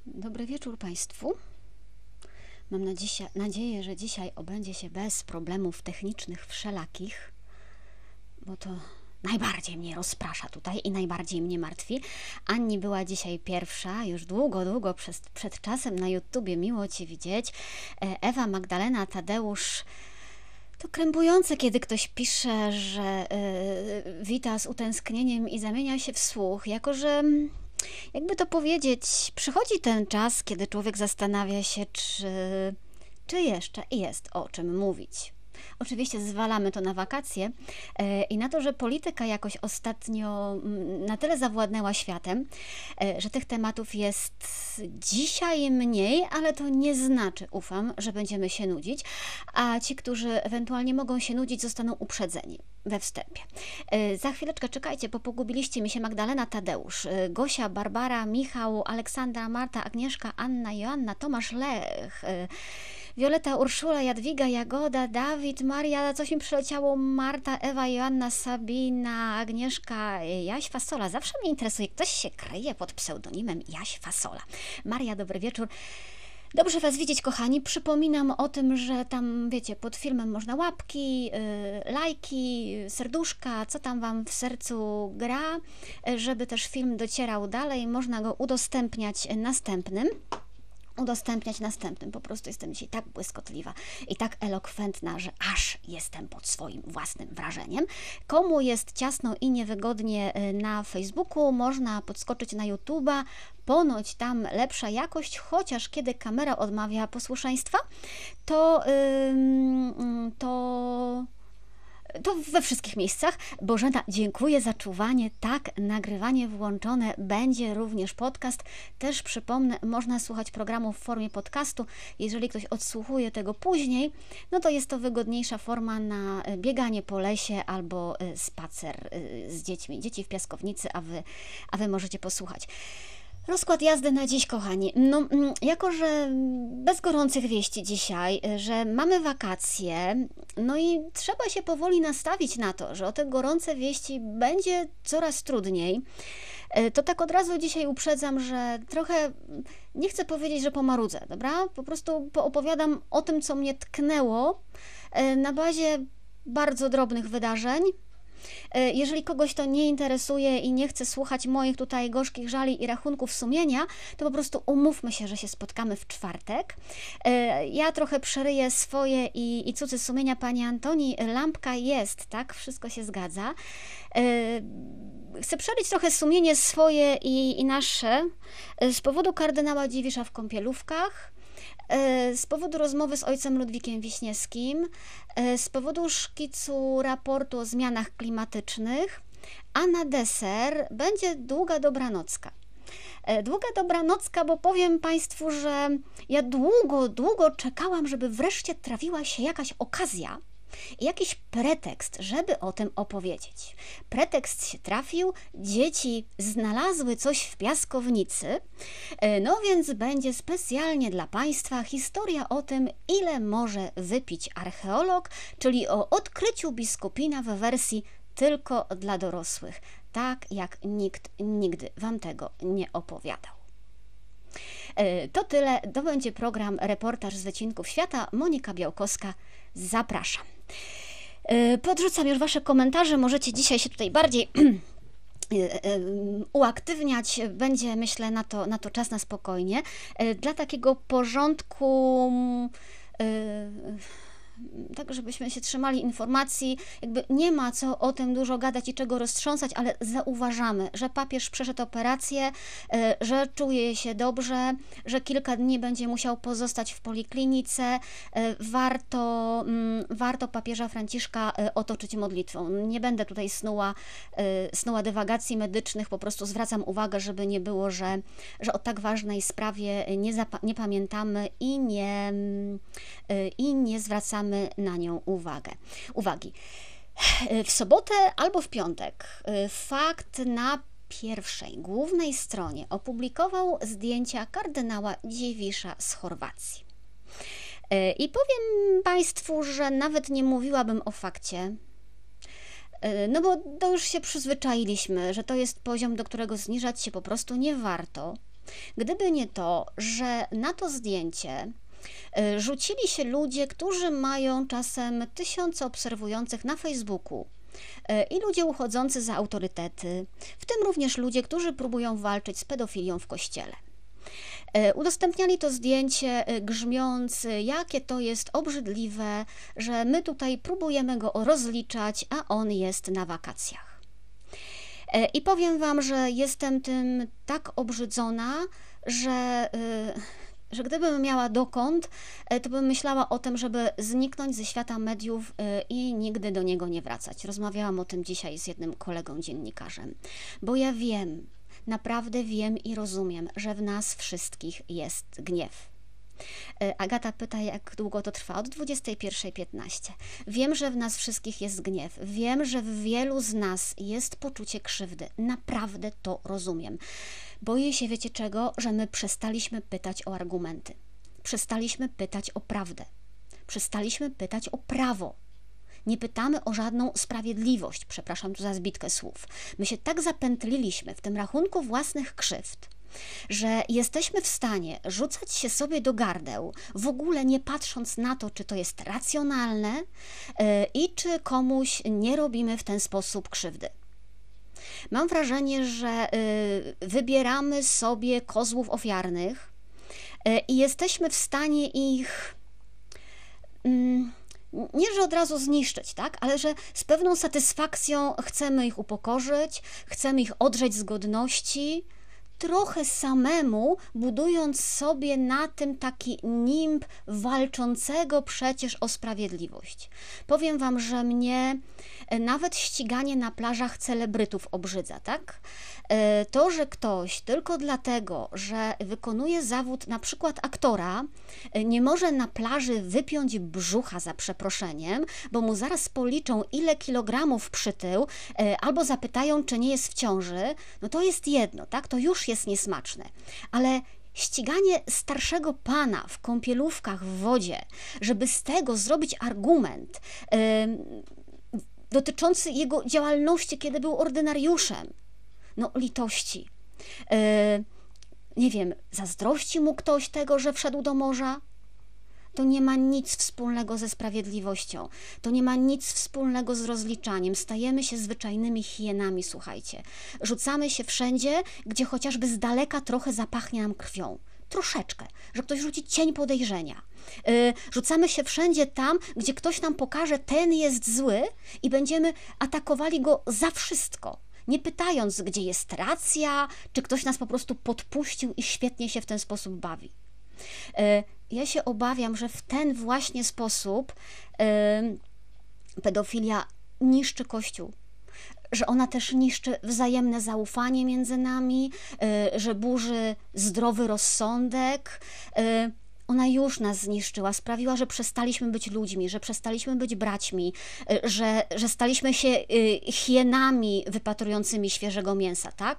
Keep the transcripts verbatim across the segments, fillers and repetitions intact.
Dobry wieczór Państwu. Mam nadzieję, nadzieję, że dzisiaj obędzie się bez problemów technicznych wszelakich, bo to najbardziej mnie rozprasza tutaj i najbardziej mnie martwi. Anni była dzisiaj pierwsza, już długo, długo przed, przed czasem na YouTubie, miło Cię widzieć. Ewa, Magdalena, Tadeusz. To krępujące, kiedy ktoś pisze, że yy, wita z utęsknieniem i zamienia się w słuch, jako że... Jakby to powiedzieć, przychodzi ten czas, kiedy człowiek zastanawia się, czy, czy jeszcze jest o czym mówić. Oczywiście zwalamy to na wakacje e, i na to, że polityka jakoś ostatnio m, na tyle zawładnęła światem, e, że tych tematów jest dzisiaj mniej, ale to nie znaczy, ufam, że będziemy się nudzić, a ci, którzy ewentualnie mogą się nudzić, zostaną uprzedzeni we wstępie. E, za chwileczkę czekajcie, bo pogubiliście mi się Magdalena, Tadeusz, e, Gosia, Barbara, Michał, Aleksandra, Marta, Agnieszka, Anna, Joanna, Tomasz, Lech, e, Wioleta, Urszula, Jadwiga, Jagoda, Dawid, Maria, coś mi przyleciało, Marta, Ewa, Joanna, Sabina, Agnieszka, Jaś Fasola. Zawsze mnie interesuje, ktoś się kryje pod pseudonimem Jaś Fasola. Maria, dobry wieczór. Dobrze Was widzieć, kochani. Przypominam o tym, że tam, wiecie, pod filmem można łapki, yy, lajki, serduszka, co tam Wam w sercu gra, żeby też film docierał dalej. Można go udostępniać następnym. udostępniać następnym. Po prostu jestem dzisiaj tak błyskotliwa i tak elokwentna, że aż jestem pod swoim własnym wrażeniem. Komu jest ciasno i niewygodnie na Facebooku, można podskoczyć na YouTube'a. Ponoć tam lepsza jakość, chociaż kiedy kamera odmawia posłuszeństwa, to yy, to To we wszystkich miejscach. Bożena, dziękuję za czuwanie. Tak, nagrywanie włączone, będzie również podcast. Też przypomnę, można słuchać programu w formie podcastu. Jeżeli ktoś odsłuchuje tego później, no to jest to wygodniejsza forma na bieganie po lesie albo spacer z dziećmi. Dzieci w piaskownicy, a wy, a wy możecie posłuchać. Rozkład jazdy na dziś, kochani. No, jako że bez gorących wieści dzisiaj, że mamy wakacje, no i trzeba się powoli nastawić na to, że o te gorące wieści będzie coraz trudniej, to tak od razu dzisiaj uprzedzam, że trochę, nie chcę powiedzieć, że pomarudzę, dobra? Po prostu poopowiadam o tym, co mnie tknęło na bazie bardzo drobnych wydarzeń. Jeżeli kogoś to nie interesuje i nie chce słuchać moich tutaj gorzkich żali i rachunków sumienia, to po prostu umówmy się, że się spotkamy w czwartek. Ja trochę przeryję swoje i, i cudze sumienia pani Antonii. Lampka jest, tak? Wszystko się zgadza. Chcę przeryć trochę sumienie swoje i, i nasze z powodu kardynała Dziwisza w kąpielówkach, z powodu rozmowy z ojcem Ludwikiem Wiśniewskim, z powodu szkicu raportu o zmianach klimatycznych, a na deser będzie długa dobranocka. Długa dobranocka, bo powiem Państwu, że ja długo, długo czekałam, żeby wreszcie trafiła się jakaś okazja, jakiś pretekst, żeby o tym opowiedzieć. Pretekst się trafił, dzieci znalazły coś w piaskownicy, no więc będzie specjalnie dla Państwa historia o tym, ile może wypić archeolog, czyli o odkryciu biskupina w wersji tylko dla dorosłych, tak jak nikt nigdy Wam tego nie opowiadał. To tyle, to będzie program Reportaż z wycinków świata. Monika Białkowska, zapraszam. Podrzucam już Wasze komentarze, możecie dzisiaj się tutaj bardziej uaktywniać, będzie, myślę, na to, na to czas na spokojnie. Dla takiego porządku, tak żebyśmy się trzymali informacji, jakby nie ma co o tym dużo gadać i czego roztrząsać, ale zauważamy, że papież przeszedł operację, że czuje się dobrze, że kilka dni będzie musiał pozostać w poliklinice. Warto, warto papieża Franciszka otoczyć modlitwą. Nie będę tutaj snuła, snuła dywagacji medycznych, po prostu zwracam uwagę, żeby nie było, że, że o tak ważnej sprawie nie, zapa- nie pamiętamy i nie, i nie zwracamy na nią uwagę. uwagi. W sobotę albo w piątek Fakt na pierwszej, głównej stronie opublikował zdjęcia kardynała Dziwisza z Chorwacji. I powiem Państwu, że nawet nie mówiłabym o fakcie, no bo to już się przyzwyczailiśmy, że to jest poziom, do którego zniżać się po prostu nie warto. Gdyby nie to, że na to zdjęcie y, rzucili się ludzie, którzy mają czasem tysiące obserwujących na Facebooku y, i ludzie uchodzący za autorytety, w tym również ludzie, którzy próbują walczyć z pedofilią w kościele. Y, Udostępniali to zdjęcie y, grzmiąc, y, jakie to jest obrzydliwe, że my tutaj próbujemy go rozliczać, a on jest na wakacjach. Y, I powiem Wam, że jestem tym tak obrzydzona, że, y, że gdybym miała dokąd, y, to bym myślała o tym, żeby zniknąć ze świata mediów y, i nigdy do niego nie wracać. Rozmawiałam o tym dzisiaj z jednym kolegą dziennikarzem, bo ja wiem, naprawdę wiem i rozumiem, że w nas wszystkich jest gniew. Y, Agata pyta, jak długo to trwa? Od dwudziestej pierwszej piętnaście. Wiem, że w nas wszystkich jest gniew. Wiem, że w wielu z nas jest poczucie krzywdy. Naprawdę to rozumiem. Boję się, wiecie czego? Że my przestaliśmy pytać o argumenty. Przestaliśmy pytać o prawdę. Przestaliśmy pytać o prawo. Nie pytamy o żadną sprawiedliwość, przepraszam tu za zbitkę słów. My się tak zapętliliśmy w tym rachunku własnych krzywd, że jesteśmy w stanie rzucać się sobie do gardeł, w ogóle nie patrząc na to, czy to jest racjonalne yy, i czy komuś nie robimy w ten sposób krzywdy. Mam wrażenie, że yy, wybieramy sobie kozłów ofiarnych yy, i jesteśmy w stanie ich... Yy, Nie, że od razu zniszczyć, tak? Ale że z pewną satysfakcją chcemy ich upokorzyć, chcemy ich odrzeć z godności, trochę samemu budując sobie na tym taki nimb walczącego przecież o sprawiedliwość. Powiem Wam, że mnie nawet ściganie na plażach celebrytów obrzydza, tak? To, że ktoś tylko dlatego, że wykonuje zawód na przykład aktora, nie może na plaży wypiąć brzucha za przeproszeniem, bo mu zaraz policzą, ile kilogramów przytył, albo zapytają, czy nie jest w ciąży, no to jest jedno, tak? To już jest niesmaczne. Ale ściganie starszego pana w kąpielówkach w wodzie, żeby z tego zrobić argument yy, dotyczący jego działalności, kiedy był ordynariuszem, no litości. Yy, nie wiem, zazdrości mu ktoś tego, że wszedł do morza? To nie ma nic wspólnego ze sprawiedliwością. To nie ma nic wspólnego z rozliczaniem. Stajemy się zwyczajnymi hienami, słuchajcie. Rzucamy się wszędzie, gdzie chociażby z daleka trochę zapachnie nam krwią. Troszeczkę, że ktoś rzuci cień podejrzenia. Yy, rzucamy się wszędzie tam, gdzie ktoś nam pokaże, ten jest zły i będziemy atakowali go za wszystko. Nie pytając, gdzie jest racja, czy ktoś nas po prostu podpuścił i świetnie się w ten sposób bawi. Yy, Ja się obawiam, że w ten właśnie sposób yy, pedofilia niszczy Kościół, że ona też niszczy wzajemne zaufanie między nami, yy, że burzy zdrowy rozsądek. Yy, ona już nas zniszczyła, sprawiła, że przestaliśmy być ludźmi, że przestaliśmy być braćmi, yy, że, że staliśmy się yy, hienami wypatrującymi świeżego mięsa, tak?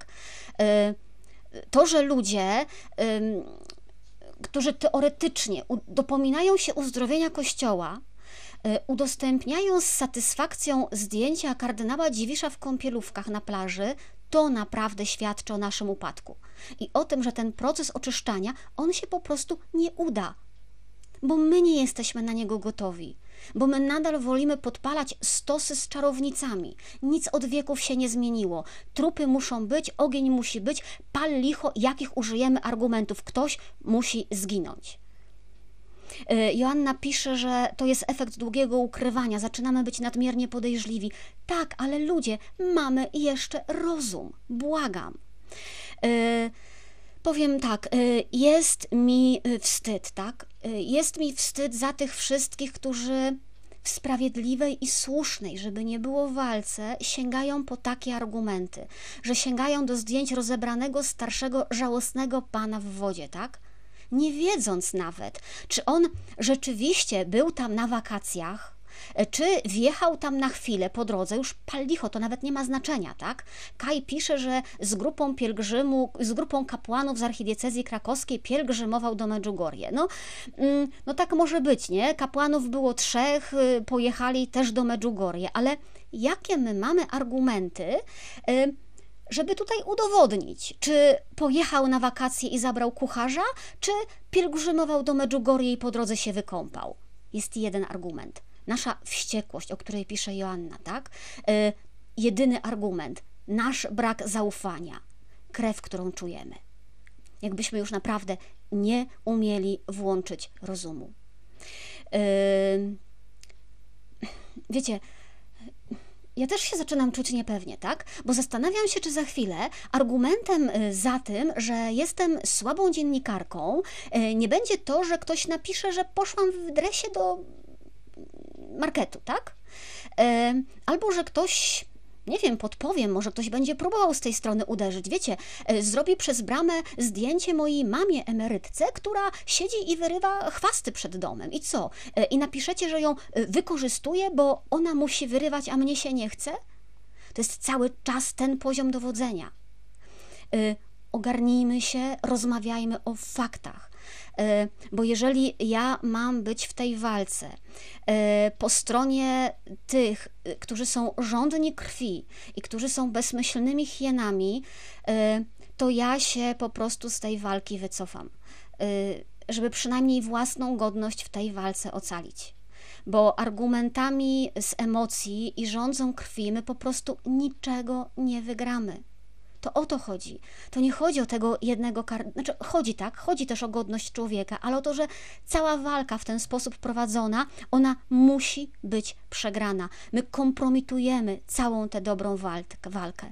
Yy, to, że ludzie... Yy, którzy teoretycznie dopominają się uzdrowienia Kościoła, udostępniają z satysfakcją zdjęcia kardynała Dziwisza w kąpielówkach na plaży, to naprawdę świadczy o naszym upadku. I o tym, że ten proces oczyszczania, on się po prostu nie uda, bo my nie jesteśmy na niego gotowi, bo my nadal wolimy podpalać stosy z czarownicami. Nic od wieków się nie zmieniło. Trupy muszą być, ogień musi być, pal licho, jakich użyjemy argumentów. Ktoś musi zginąć. Joanna pisze, że to jest efekt długiego ukrywania, zaczynamy być nadmiernie podejrzliwi. Tak, ale ludzie, mamy jeszcze rozum. Błagam. Yy, Powiem tak, jest mi wstyd, tak? Jest mi wstyd za tych wszystkich, którzy w sprawiedliwej i słusznej, żeby nie było walce, sięgają po takie argumenty, że sięgają do zdjęć rozebranego, starszego, żałosnego pana w wodzie, tak? Nie wiedząc nawet, czy on rzeczywiście był tam na wakacjach, czy wjechał tam na chwilę po drodze, już pal licho, to nawet nie ma znaczenia, tak? Kaj pisze, że z grupą pielgrzymu, z grupą kapłanów z archidiecezji krakowskiej pielgrzymował do Medjugorje. No, no tak może być, nie? Kapłanów było trzech, pojechali też do Medjugorje, ale jakie my mamy argumenty, żeby tutaj udowodnić, czy pojechał na wakacje i zabrał kucharza, czy pielgrzymował do Medjugorje i po drodze się wykąpał. Jest jeden argument. Nasza wściekłość, o której pisze Joanna, tak? Yy, jedyny argument. Nasz brak zaufania. Krew, którą czujemy. Jakbyśmy już naprawdę nie umieli włączyć rozumu. Yy, wiecie, ja też się zaczynam czuć niepewnie, tak? Bo zastanawiam się, czy za chwilę argumentem za tym, że jestem słabą dziennikarką, nie będzie to, że ktoś napisze, że poszłam w dresie do marketu, tak? Albo, że ktoś, nie wiem, podpowiem, może ktoś będzie próbował z tej strony uderzyć. Wiecie, zrobi przez bramę zdjęcie mojej mamie emerytce, która siedzi i wyrywa chwasty przed domem. I co? I napiszecie, że ją wykorzystuje, bo ona musi wyrywać, a mnie się nie chce? To jest cały czas ten poziom dowodzenia. Ogarnijmy się, rozmawiajmy o faktach. Bo jeżeli ja mam być w tej walce po stronie tych, którzy są żądni krwi i którzy są bezmyślnymi hienami, to ja się po prostu z tej walki wycofam, żeby przynajmniej własną godność w tej walce ocalić. Bo argumentami z emocji i rządzą krwi my po prostu niczego nie wygramy. To o to chodzi. To nie chodzi o tego jednego kar... Znaczy, chodzi tak, chodzi też o godność człowieka, ale o to, że cała walka w ten sposób prowadzona, ona musi być przegrana. My kompromitujemy całą tę dobrą walkę.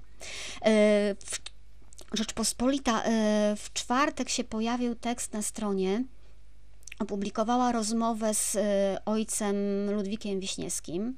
W Rzeczpospolita w czwartek się pojawił tekst na stronie, opublikowała rozmowę z ojcem Ludwikiem Wiśniewskim.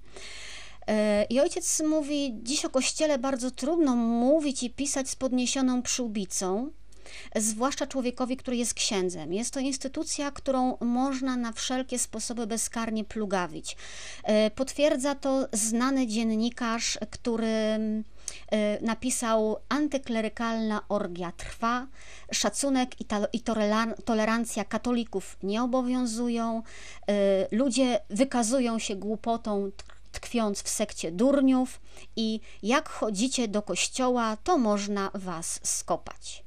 I ojciec mówi, dziś o Kościele bardzo trudno mówić i pisać z podniesioną przyłbicą, zwłaszcza człowiekowi, który jest księdzem. Jest to instytucja, którą można na wszelkie sposoby bezkarnie plugawić. Potwierdza to znany dziennikarz, który napisał: antyklerykalna orgia trwa, szacunek i tolerancja katolików nie obowiązują, ludzie wykazują się głupotą, tkwiąc w sekcie durniów i jak chodzicie do kościoła, to można was skopać.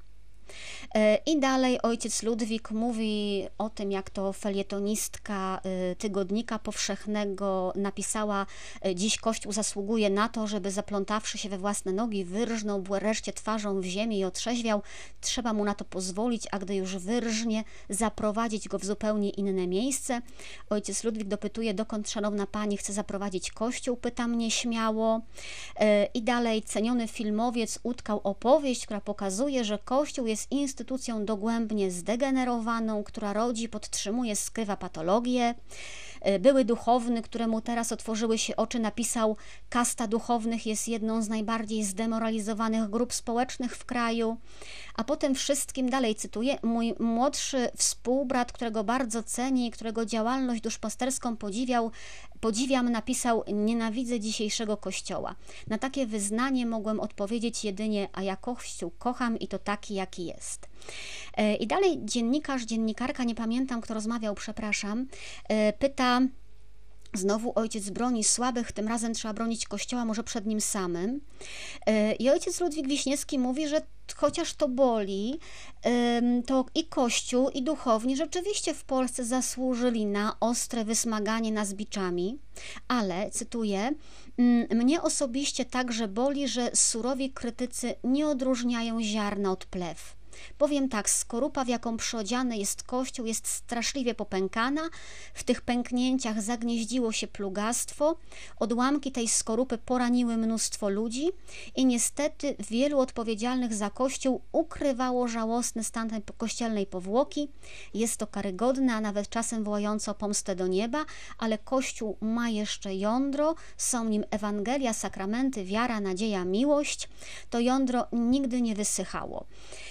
I dalej ojciec Ludwik mówi o tym, jak to felietonistka Tygodnika Powszechnego napisała: dziś Kościół zasługuje na to, żeby zaplątawszy się we własne nogi, wyrżnął wreszcie twarzą w ziemię i otrzeźwiał. Trzeba mu na to pozwolić, a gdy już wyrżnie, zaprowadzić go w zupełnie inne miejsce. Ojciec Ludwik dopytuje, dokąd szanowna pani chce zaprowadzić Kościół, pyta mnie śmiało. I dalej ceniony filmowiec utkał opowieść, która pokazuje, że Kościół jest instytucją dogłębnie zdegenerowaną, która rodzi, podtrzymuje, skrywa patologię. Były duchowny, któremu teraz otworzyły się oczy, napisał: kasta duchownych jest jedną z najbardziej zdemoralizowanych grup społecznych w kraju. A potem wszystkim, dalej cytuję, mój młodszy współbrat, którego bardzo cenię i którego działalność duszpasterską podziwiał, podziwiam, napisał: nienawidzę dzisiejszego Kościoła. Na takie wyznanie mogłem odpowiedzieć jedynie: a ja Kościół kocham i to taki, jaki jest. I dalej dziennikarz, dziennikarka, nie pamiętam kto rozmawiał, przepraszam, pyta, znowu ojciec broni słabych, tym razem trzeba bronić Kościoła, może przed nim samym. I ojciec Ludwik Wiśniewski mówi, że chociaż to boli, to i Kościół, i duchowni rzeczywiście w Polsce zasłużyli na ostre wysmaganie nas biczami, ale, cytuję, mnie osobiście także boli, że surowi krytycy nie odróżniają ziarna od plew. Powiem tak, skorupa, w jaką przyodziany jest Kościół, jest straszliwie popękana, w tych pęknięciach zagnieździło się plugastwo, odłamki tej skorupy poraniły mnóstwo ludzi i niestety wielu odpowiedzialnych za Kościół ukrywało żałosny stan tej kościelnej powłoki. Jest to karygodne, a nawet czasem wołające o pomstę do nieba, ale Kościół ma jeszcze jądro, są nim Ewangelia, sakramenty, wiara, nadzieja, miłość. To jądro nigdy nie wysychało.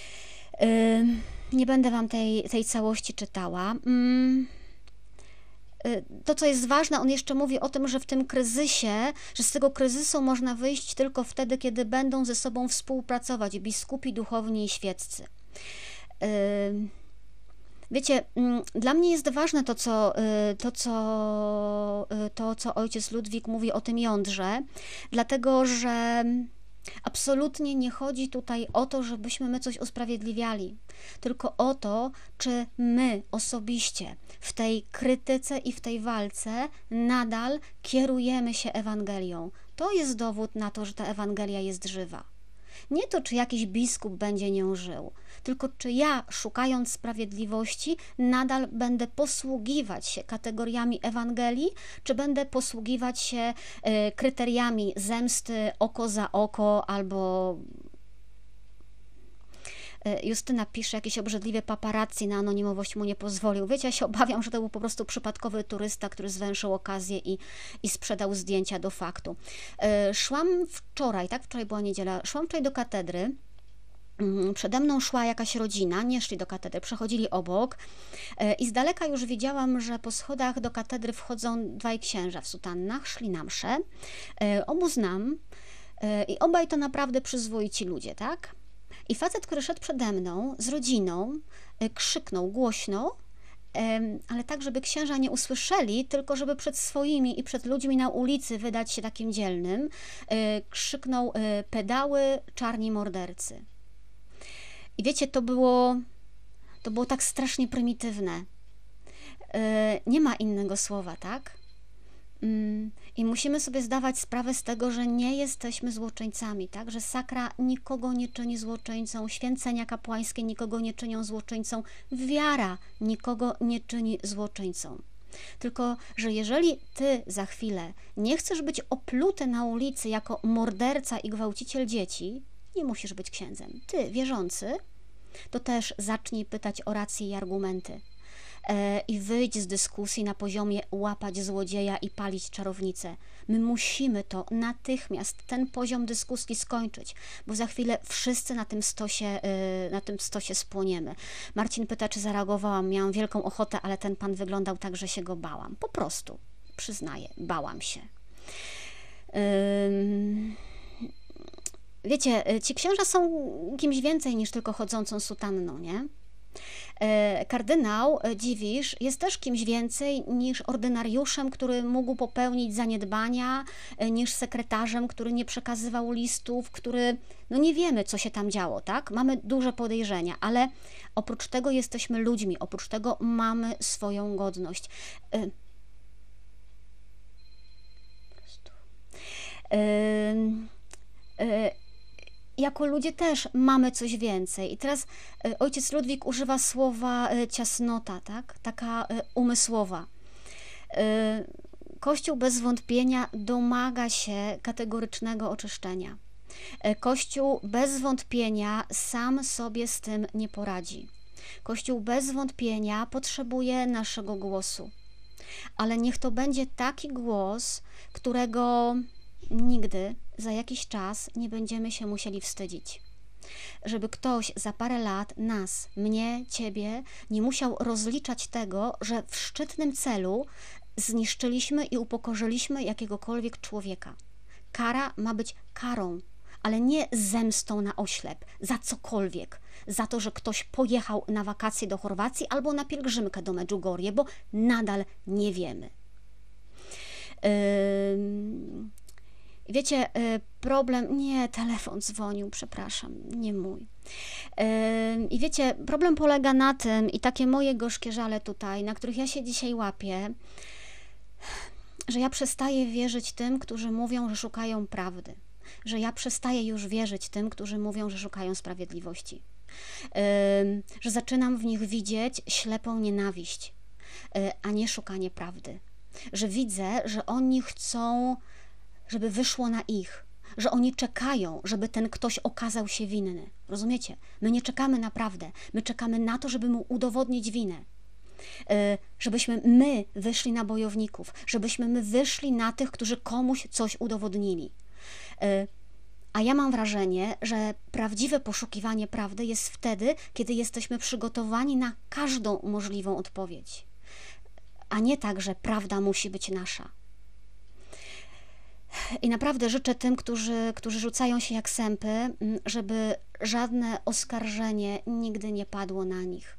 Nie będę wam tej, tej całości czytała. To, co jest ważne, on jeszcze mówi o tym, że w tym kryzysie, że z tego kryzysu można wyjść tylko wtedy, kiedy będą ze sobą współpracować biskupi, duchowni i świeccy. Wiecie, dla mnie jest ważne to, co, to, co, to, co ojciec Ludwik mówi o tym jądrze, dlatego że Absolutnie nie chodzi tutaj o to, żebyśmy my coś usprawiedliwiali, tylko o to, czy my osobiście w tej krytyce i w tej walce nadal kierujemy się Ewangelią. To jest dowód na to, że ta Ewangelia jest żywa. Nie to, czy jakiś biskup będzie nią żył, tylko czy ja, szukając sprawiedliwości, nadal będę posługiwać się kategoriami Ewangelii, czy będę posługiwać się y, kryteriami zemsty oko za oko albo... Justyna pisze, jakieś obrzydliwe paparazzi, na anonimowość mu nie pozwolił. Wiecie, ja się obawiam, że to był po prostu przypadkowy turysta, który zwęszył okazję i, i sprzedał zdjęcia do faktu. Szłam wczoraj, tak? Wczoraj była niedziela. Szłam wczoraj do katedry. Przede mną szła jakaś rodzina, nie szli do katedry, przechodzili obok i z daleka już widziałam, że po schodach do katedry wchodzą dwaj księża w sutannach, szli na mszę. Obu znam i obaj to naprawdę przyzwoici ludzie, tak? I facet, który szedł przede mną z rodziną, krzyknął głośno, ale tak, żeby księża nie usłyszeli, tylko żeby przed swoimi i przed ludźmi na ulicy wydać się takim dzielnym, krzyknął: pedały, czarni mordercy. I wiecie, to było, to było tak strasznie prymitywne. Nie ma innego słowa, tak? I musimy sobie zdawać sprawę z tego, że nie jesteśmy złoczyńcami, tak? Że sakra nikogo nie czyni złoczyńcą, święcenia kapłańskie nikogo nie czynią złoczyńcą, wiara nikogo nie czyni złoczyńcą. Tylko, że jeżeli ty za chwilę nie chcesz być opluty na ulicy jako morderca i gwałciciel dzieci, nie musisz być księdzem. Ty, wierzący, to też zacznij pytać o racje i argumenty. I wyjdź z dyskusji na poziomie łapać złodzieja i palić czarownicę. My musimy to natychmiast, ten poziom dyskusji skończyć, bo za chwilę wszyscy na tym stosie, na tym stosie spłoniemy. Marcin pyta, czy zareagowałam. Miałam wielką ochotę, ale ten pan wyglądał tak, że się go bałam. Po prostu, przyznaję, bałam się. Ym... Wiecie, ci księża są kimś więcej niż tylko chodzącą sutanną, nie? Kardynał Dziwisz jest też kimś więcej niż ordynariuszem, który mógł popełnić zaniedbania, niż sekretarzem, który nie przekazywał listów, który, no nie wiemy, co się tam działo, tak? Mamy duże podejrzenia, ale oprócz tego jesteśmy ludźmi, oprócz tego mamy swoją godność. Jako ludzie też mamy coś więcej. I teraz ojciec Ludwik używa słowa ciasnota, tak? Taka umysłowa. Kościół bez wątpienia domaga się kategorycznego oczyszczenia. Kościół bez wątpienia sam sobie z tym nie poradzi. Kościół bez wątpienia potrzebuje naszego głosu. Ale niech to będzie taki głos, którego nigdy za jakiś czas nie będziemy się musieli wstydzić. Żeby ktoś za parę lat nas, mnie, ciebie, nie musiał rozliczać tego, że w szczytnym celu zniszczyliśmy i upokorzyliśmy jakiegokolwiek człowieka. Kara ma być karą, ale nie zemstą na oślep, za cokolwiek. Za to, że ktoś pojechał na wakacje do Chorwacji albo na pielgrzymkę do Medjugorje, bo nadal nie wiemy. Yy... Wiecie, problem, nie, telefon dzwonił, przepraszam, nie mój. I wiecie, problem polega na tym, i takie moje gorzkie żale tutaj, na których ja się dzisiaj łapię, że ja przestaję wierzyć tym, którzy mówią, że szukają prawdy. Że ja przestaję już wierzyć tym, którzy mówią, że szukają sprawiedliwości. Że zaczynam w nich widzieć ślepą nienawiść, a nie szukanie prawdy. Że widzę, że oni chcą, żeby wyszło na ich, że oni czekają, żeby ten ktoś okazał się winny. Rozumiecie? My nie czekamy na prawdę, my czekamy na to, żeby mu udowodnić winę. Yy, żebyśmy my wyszli na bojowników, żebyśmy my wyszli na tych, którzy komuś coś udowodnili. Yy, a ja mam wrażenie, że prawdziwe poszukiwanie prawdy jest wtedy, kiedy jesteśmy przygotowani na każdą możliwą odpowiedź. A nie tak, że prawda musi być nasza. I naprawdę życzę tym, którzy, którzy rzucają się jak sępy, żeby żadne oskarżenie nigdy nie padło na nich.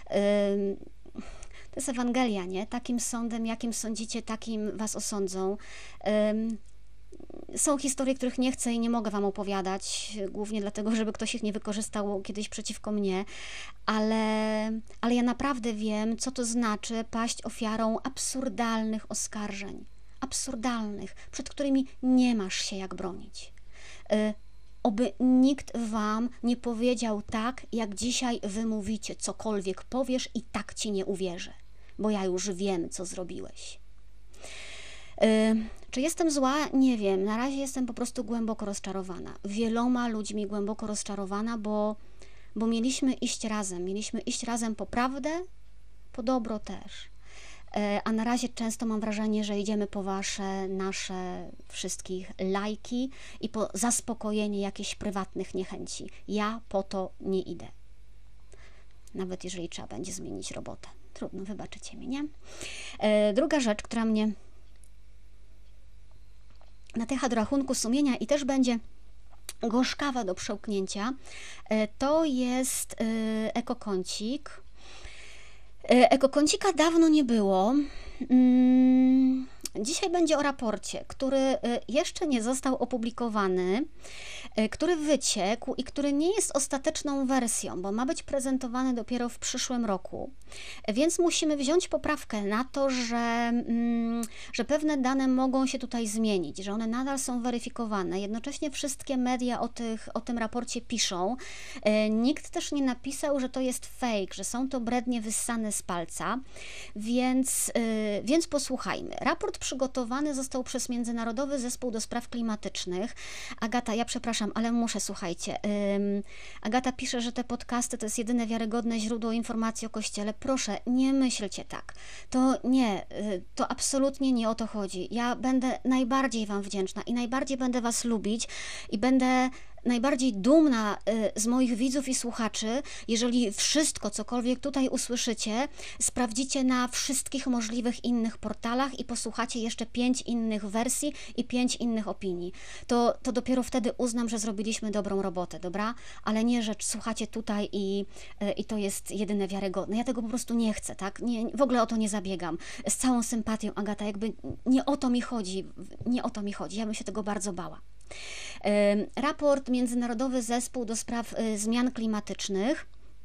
To jest Ewangelia, nie? Takim sądem, jakim sądzicie, takim was osądzą. są historie, których nie chcę i nie mogę Wam opowiadać, głównie dlatego, żeby ktoś ich nie wykorzystał kiedyś przeciwko mnie, ale, ale ja naprawdę wiem, co to znaczy paść ofiarą absurdalnych oskarżeń. Absurdalnych, przed którymi nie masz się jak bronić. Y, oby nikt Wam nie powiedział tak, jak dzisiaj Wy mówicie, cokolwiek powiesz i tak Ci nie uwierzę, bo ja już wiem, co zrobiłeś. Y, czy jestem zła? Nie wiem. Na razie jestem po prostu głęboko rozczarowana. Wieloma ludźmi głęboko rozczarowana, bo, bo mieliśmy iść razem. Mieliśmy iść razem po prawdę, po dobro też. Y, a na razie często mam wrażenie, że idziemy po Wasze, nasze wszystkich lajki i po zaspokojenie jakichś prywatnych niechęci. Ja po to nie idę. Nawet jeżeli trzeba będzie zmienić robotę. Trudno, wybaczycie mi, nie? Y, druga rzecz, która mnie natycha do rachunku sumienia i też będzie gorzkawa do przełknięcia, to jest ekokącik. Ekokącika dawno nie było. Dzisiaj będzie o raporcie, który jeszcze nie został opublikowany, który wyciekł i który nie jest ostateczną wersją, bo ma być prezentowany dopiero w przyszłym roku. Więc musimy wziąć poprawkę na to, że, że pewne dane mogą się tutaj zmienić, że one nadal są weryfikowane. Jednocześnie wszystkie media o, tych, o tym raporcie piszą. Nikt też nie napisał, że to jest fake, że są to brednie wyssane z palca, więc, więc posłuchajmy. Raport przygotowany został przez Międzynarodowy Zespół do Spraw Klimatycznych. Agata, ja przepraszam, ale muszę, słuchajcie. Ym, Agata pisze, że te podcasty to jest jedyne wiarygodne źródło informacji o Kościele. Proszę, nie myślcie tak. To nie, y, to absolutnie nie o to chodzi. Ja będę najbardziej Wam wdzięczna i najbardziej będę Was lubić i będę najbardziej dumna z moich widzów i słuchaczy, jeżeli wszystko, cokolwiek tutaj usłyszycie, sprawdzicie na wszystkich możliwych innych portalach i posłuchacie jeszcze pięć innych wersji i pięć innych opinii. To, to dopiero wtedy uznam, że zrobiliśmy dobrą robotę, dobra? Ale nie, że słuchacie tutaj i, i to jest jedyne wiarygodne. Ja tego po prostu nie chcę, tak? Nie, w ogóle o to nie zabiegam. Z całą sympatią, Agata, jakby nie o to mi chodzi, nie o to mi chodzi. Ja bym się tego bardzo bała. Raport Międzynarodowy Zespół do Spraw Zmian Klimatycznych.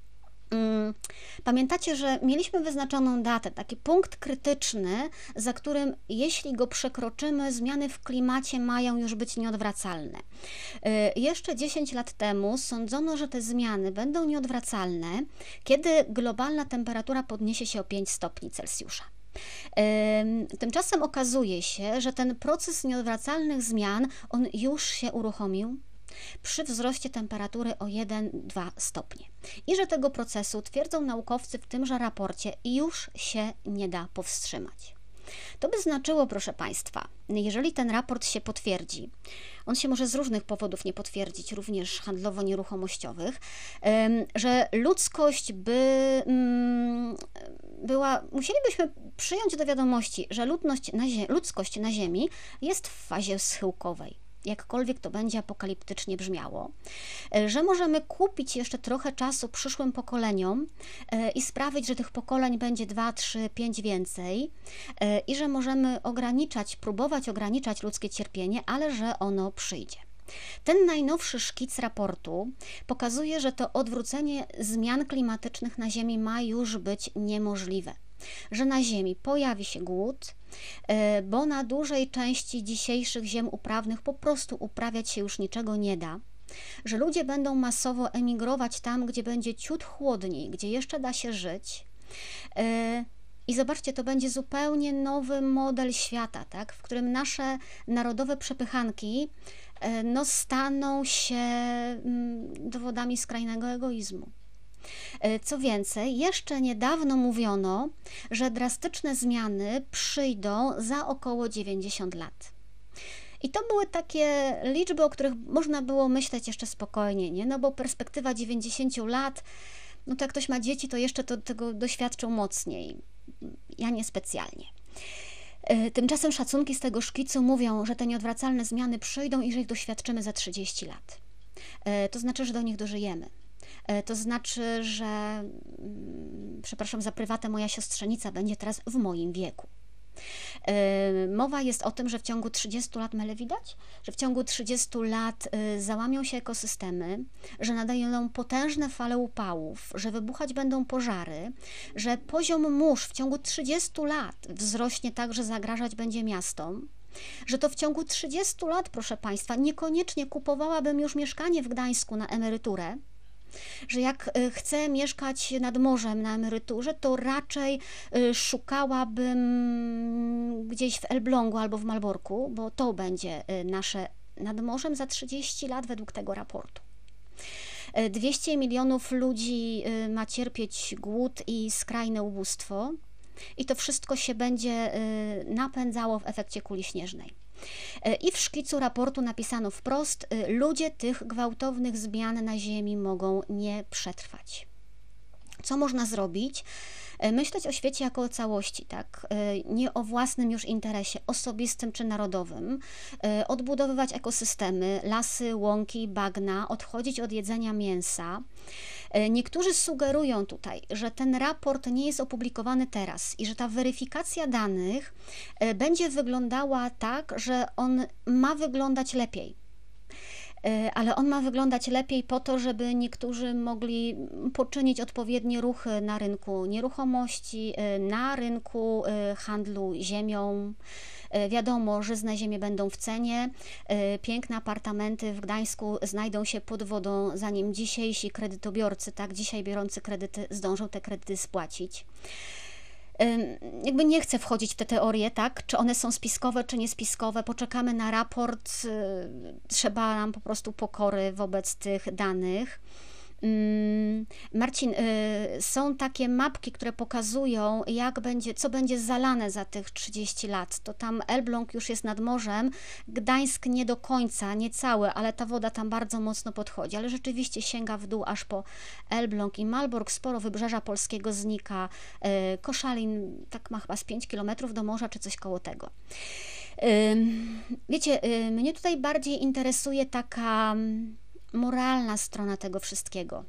Pamiętacie, że mieliśmy wyznaczoną datę, taki punkt krytyczny, za którym jeśli go przekroczymy, zmiany w klimacie mają już być nieodwracalne. Jeszcze dziesięć lat temu sądzono, że te zmiany będą nieodwracalne, kiedy globalna temperatura podniesie się o pięć stopni Celsjusza. Tymczasem okazuje się, że ten proces nieodwracalnych zmian, on już się uruchomił przy wzroście temperatury o jeden do dwóch stopni. I że tego procesu, twierdzą naukowcy w tymże raporcie, już się nie da powstrzymać. To by znaczyło, proszę Państwa, jeżeli ten raport się potwierdzi, on się może z różnych powodów nie potwierdzić, również handlowo-nieruchomościowych, że ludzkość by była, musielibyśmy przyjąć do wiadomości, że ludność na zie- ludzkość na Ziemi jest w fazie schyłkowej. Jakkolwiek to będzie apokaliptycznie brzmiało, że możemy kupić jeszcze trochę czasu przyszłym pokoleniom i sprawić, że tych pokoleń będzie dwa, trzy, pięć więcej i że możemy ograniczać, próbować ograniczać ludzkie cierpienie, ale że ono przyjdzie. Ten najnowszy szkic raportu pokazuje, że to odwrócenie zmian klimatycznych na Ziemi ma już być niemożliwe. Że na Ziemi pojawi się głód, bo na dużej części dzisiejszych ziem uprawnych po prostu uprawiać się już niczego nie da, że ludzie będą masowo emigrować tam, gdzie będzie ciut chłodniej, gdzie jeszcze da się żyć. I zobaczcie, to będzie zupełnie nowy model świata, tak, w którym nasze narodowe przepychanki no, staną się dowodami skrajnego egoizmu. Co więcej, jeszcze niedawno mówiono, że drastyczne zmiany przyjdą za około dziewięćdziesiąt lat. I to były takie liczby, o których można było myśleć jeszcze spokojnie, nie? No bo perspektywa dziewięćdziesiąt lat, no to jak ktoś ma dzieci, to jeszcze to, tego doświadczą mocniej. Ja niespecjalnie. Tymczasem szacunki z tego szkicu mówią, że te nieodwracalne zmiany przyjdą i że ich doświadczymy za trzydzieści lat. To znaczy, że do nich dożyjemy. To znaczy, że, przepraszam za prywatę, moja siostrzenica będzie teraz w moim wieku. Mowa jest o tym, że w ciągu trzydziestu lat, mele widać, że w ciągu trzydziestu lat załamią się ekosystemy, że nadają potężne fale upałów, że wybuchać będą pożary, że poziom mórz w ciągu trzydziestu lat wzrośnie tak, że zagrażać będzie miastom, że to w ciągu trzydziestu lat, proszę Państwa, niekoniecznie kupowałabym już mieszkanie w Gdańsku na emeryturę, że jak chcę mieszkać nad morzem na emeryturze, to raczej szukałabym gdzieś w Elblągu albo w Malborku, bo to będzie nasze nad morzem za trzydzieści lat według tego raportu. dwieście milionów ludzi ma cierpieć głód i skrajne ubóstwo i to wszystko się będzie napędzało w efekcie kuli śnieżnej. I w szkicu raportu napisano wprost, ludzie tych gwałtownych zmian na Ziemi mogą nie przetrwać. Co można zrobić? Myśleć o świecie jako o całości, tak? Nie o własnym już interesie osobistym czy narodowym, odbudowywać ekosystemy, lasy, łąki, bagna, odchodzić od jedzenia mięsa. Niektórzy sugerują tutaj, że ten raport nie jest opublikowany teraz i że ta weryfikacja danych będzie wyglądała tak, że on ma wyglądać lepiej. Ale on ma wyglądać lepiej po to, żeby niektórzy mogli poczynić odpowiednie ruchy na rynku nieruchomości, na rynku handlu ziemią. Wiadomo, żyzne ziemie będą w cenie, piękne apartamenty w Gdańsku znajdą się pod wodą, zanim dzisiejsi kredytobiorcy, tak, dzisiaj biorący kredyty, zdążą te kredyty spłacić. Jakby nie chcę wchodzić w te teorie, tak, czy one są spiskowe, czy niespiskowe, poczekamy na raport, trzeba nam po prostu pokory wobec tych danych. Marcin, są takie mapki, które pokazują, jak będzie, co będzie zalane za tych trzydzieści lat. To tam Elbląg już jest nad morzem, Gdańsk nie do końca, nie cały, ale ta woda tam bardzo mocno podchodzi, ale rzeczywiście sięga w dół aż po Elbląg i Malbork, sporo wybrzeża polskiego znika, Koszalin tak ma chyba z pięć kilometrów do morza, czy coś koło tego. Wiecie, mnie tutaj bardziej interesuje taka moralna strona tego wszystkiego.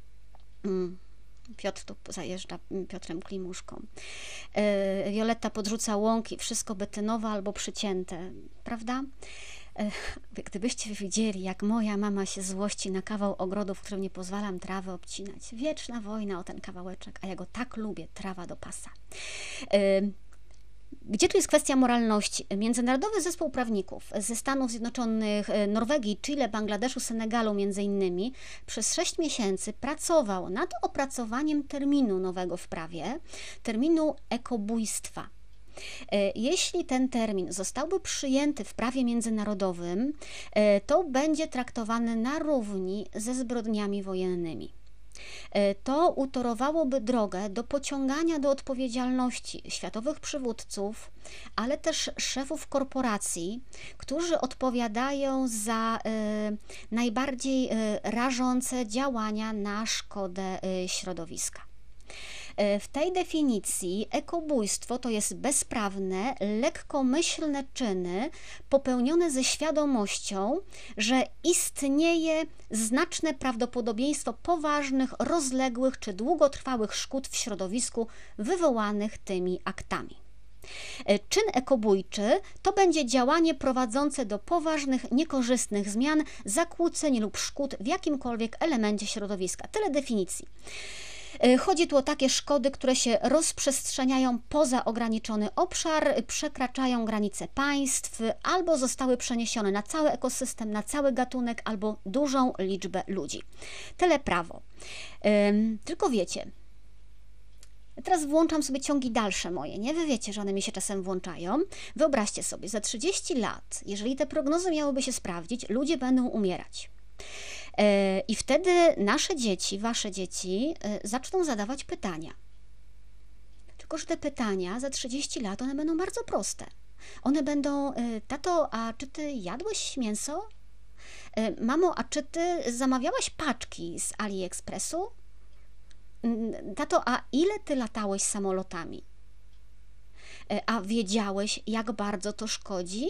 Piotr tu zajeżdża Piotrem Klimuszką. Wioletta podrzuca łąki, wszystko betynowe albo przycięte, prawda? Gdybyście widzieli, jak moja mama się złości na kawał ogrodu, w którym nie pozwalam trawy obcinać. Wieczna wojna o ten kawałeczek, a ja go tak lubię, trawa do pasa. Gdzie tu jest kwestia moralności? Międzynarodowy Zespół Prawników ze Stanów Zjednoczonych, Norwegii, Chile, Bangladeszu, Senegalu między innymi przez sześć miesięcy pracował nad opracowaniem terminu nowego w prawie, terminu ekobójstwa. Jeśli ten termin zostałby przyjęty w prawie międzynarodowym, to będzie traktowany na równi ze zbrodniami wojennymi. To utorowałoby drogę do pociągania do odpowiedzialności światowych przywódców, ale też szefów korporacji, którzy odpowiadają za y, najbardziej y, rażące działania na szkodę y, środowiska. W tej definicji ekobójstwo to jest bezprawne, lekkomyślne czyny popełnione ze świadomością, że istnieje znaczne prawdopodobieństwo poważnych, rozległych czy długotrwałych szkód w środowisku wywołanych tymi aktami. Czyn ekobójczy to będzie działanie prowadzące do poważnych, niekorzystnych zmian, zakłóceń lub szkód w jakimkolwiek elemencie środowiska. Tyle definicji. Chodzi tu o takie szkody, które się rozprzestrzeniają poza ograniczony obszar, przekraczają granice państw albo zostały przeniesione na cały ekosystem, na cały gatunek albo dużą liczbę ludzi. Tyle prawo. Ym, tylko wiecie, teraz włączam sobie ciągi dalsze moje, nie? Wy wiecie, że one mi się czasem włączają. Wyobraźcie sobie, za trzydzieści lat, jeżeli te prognozy miałyby się sprawdzić, ludzie będą umierać. I wtedy nasze dzieci, wasze dzieci zaczną zadawać pytania. Tylko że te pytania za trzydzieści lat, one będą bardzo proste. One będą, tato, a czy ty jadłeś mięso? Mamo, a czy ty zamawiałaś paczki z AliExpressu? Tato, a ile ty latałeś samolotami? A wiedziałeś, jak bardzo to szkodzi?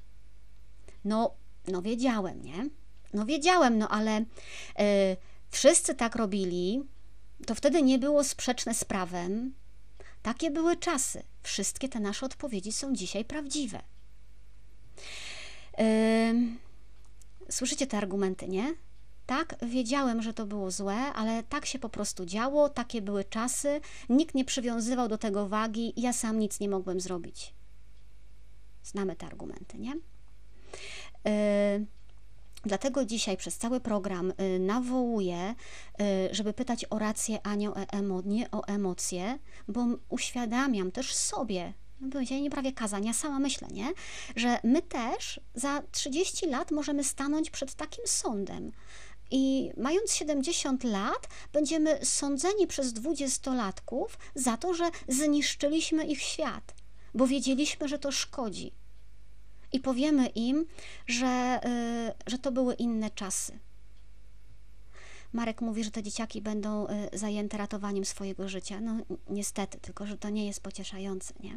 No, no wiedziałem, nie? No wiedziałem, no ale y, wszyscy tak robili, to wtedy nie było sprzeczne z prawem, Takie były czasy. Wszystkie te nasze odpowiedzi są dzisiaj prawdziwe. Yy, słyszycie te argumenty, nie? Tak, wiedziałem, że to było złe, ale tak się po prostu działo, takie były czasy, nikt nie przywiązywał do tego wagi, ja sam nic nie mogłem zrobić. Znamy te argumenty, nie? Yy, dlatego dzisiaj przez cały program yy, nawołuję, yy, żeby pytać o rację, a nie o, emo, nie o emocje, bo uświadamiam też sobie, no nie prawie kazania, sama myślę, nie? Że my też za trzydzieści lat możemy stanąć przed takim sądem. I mając siedemdziesiąt lat, będziemy sądzeni przez dwudziestolatków za to, że zniszczyliśmy ich świat, bo wiedzieliśmy, że to szkodzi. I powiemy im, że, yy, że to były inne czasy. Marek mówi, że te dzieciaki będą yy, zajęte ratowaniem swojego życia. No niestety, tylko że to nie jest pocieszające, nie?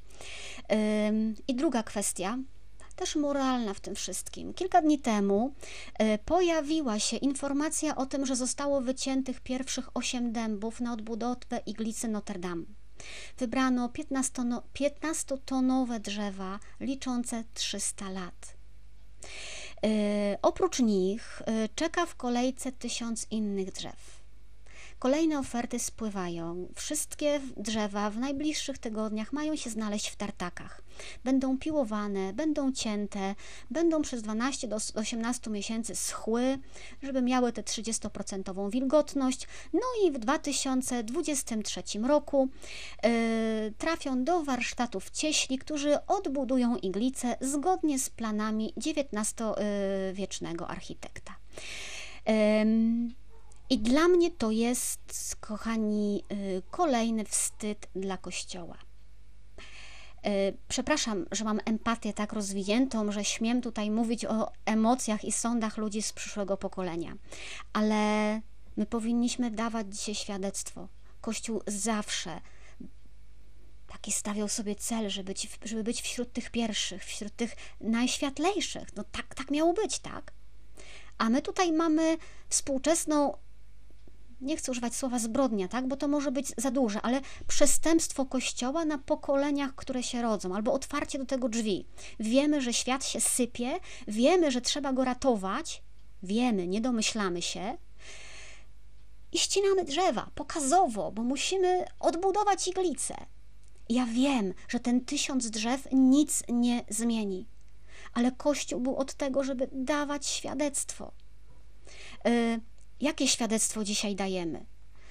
Yy, I druga kwestia, też moralna w tym wszystkim. Kilka dni temu y, pojawiła się informacja o tym, że zostało wyciętych pierwszych osiem dębów na odbudowę iglicy Notre Dame. Wybrano piętnastotonowe drzewa liczące trzysta lat. Y, oprócz nich y, czeka w kolejce tysiąc innych drzew. Kolejne oferty spływają. Wszystkie drzewa w najbliższych tygodniach mają się znaleźć w tartakach. Będą piłowane, będą cięte, będą przez dwanaście do osiemnastu miesięcy schły, żeby miały tę trzydziestoprocentową wilgotność. No i w dwa tysiące dwudziestym trzecim roku yy, trafią do warsztatów cieśli, którzy odbudują iglicę zgodnie z planami dziewiętnastowiecznego architekta. Yy, I dla mnie to jest, kochani, kolejny wstyd dla Kościoła. Przepraszam, że mam empatię tak rozwiniętą, że śmiem tutaj mówić o emocjach i sądach ludzi z przyszłego pokolenia, ale my powinniśmy dawać dzisiaj świadectwo. Kościół zawsze taki stawiał sobie cel, żeby być, żeby być wśród tych pierwszych, wśród tych najświetlejszych. No tak, tak miało być, tak? A my tutaj mamy współczesną, nie chcę używać słowa zbrodnia, tak, bo to może być za duże, ale przestępstwo Kościoła na pokoleniach, które się rodzą, albo otwarcie do tego drzwi. Wiemy, że świat się sypie, wiemy, że trzeba go ratować, wiemy, nie domyślamy się i ścinamy drzewa pokazowo, bo musimy odbudować iglicę. Ja wiem, że ten tysiąc drzew nic nie zmieni, ale Kościół był od tego, żeby dawać świadectwo. Yy, Jakie świadectwo dzisiaj dajemy?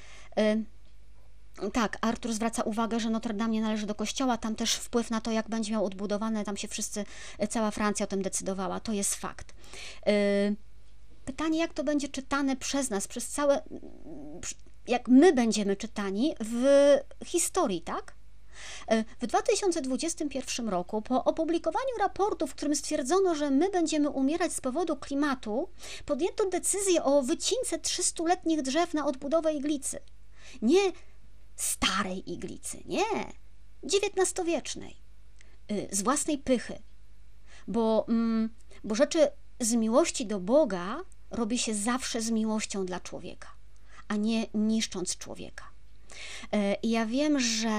Yy, tak, Artur zwraca uwagę, że Notre Dame nie należy do Kościoła, tam też wpływ na to, jak będzie miał odbudowane, tam się wszyscy, cała Francja o tym decydowała, to jest fakt. Yy, pytanie, jak to będzie czytane przez nas, przez całe, jak my będziemy czytani w historii, tak? W dwa tysiące dwudziestym pierwszym roku, po opublikowaniu raportu, w którym stwierdzono, że my będziemy umierać z powodu klimatu, podjęto decyzję o wycince trzystuletnich drzew na odbudowę iglicy. Nie starej iglicy, nie, dziewiętnastowiecznej, z własnej pychy, bo, bo rzeczy z miłości do Boga robi się zawsze z miłością dla człowieka, a nie niszcząc człowieka. I ja wiem, że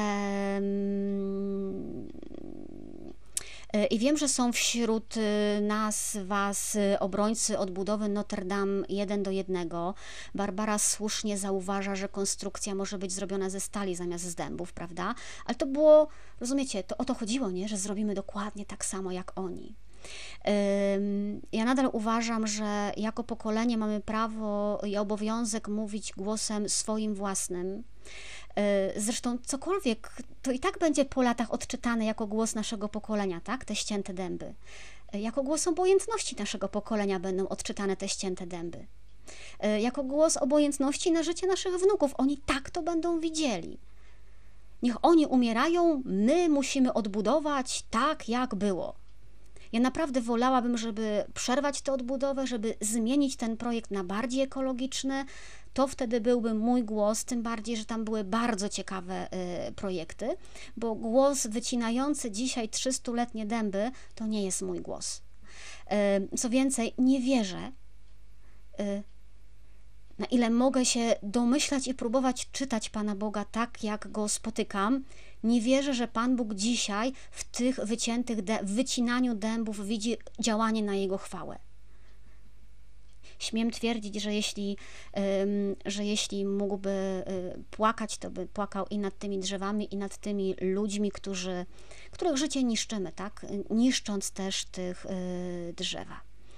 i wiem, że są wśród nas, was obrońcy odbudowy Notre Dame jeden do jednego. Barbara słusznie zauważa, że konstrukcja może być zrobiona ze stali zamiast z dębów, prawda? Ale to było, rozumiecie, to o to chodziło, nie? Że zrobimy dokładnie tak samo jak oni. Ja nadal uważam, że jako pokolenie mamy prawo i obowiązek mówić głosem swoim własnym. Zresztą cokolwiek, to i tak będzie po latach odczytane jako głos naszego pokolenia, tak? Te ścięte dęby. Jako głos obojętności naszego pokolenia będą odczytane te ścięte dęby. Jako głos obojętności na życie naszych wnuków. Oni tak to będą widzieli. Niech oni umierają, my musimy odbudować tak, jak było. Ja naprawdę wolałabym, żeby przerwać tę odbudowę, żeby zmienić ten projekt na bardziej ekologiczny. To wtedy byłby mój głos, tym bardziej, że tam były bardzo ciekawe y, projekty, bo głos wycinający dzisiaj trzystuletnie dęby to nie jest mój głos. Y, co więcej, nie wierzę, y, na ile mogę się domyślać i próbować czytać Pana Boga tak, jak Go spotykam, nie wierzę, że Pan Bóg dzisiaj w tych wyciętych, de- w wycinaniu dębów widzi działanie na Jego chwałę. Śmiem twierdzić, że jeśli, ym, że jeśli mógłby y, płakać, to by płakał i nad tymi drzewami, i nad tymi ludźmi, którzy, których życie niszczymy, tak? Niszcząc też tych y, drzewa.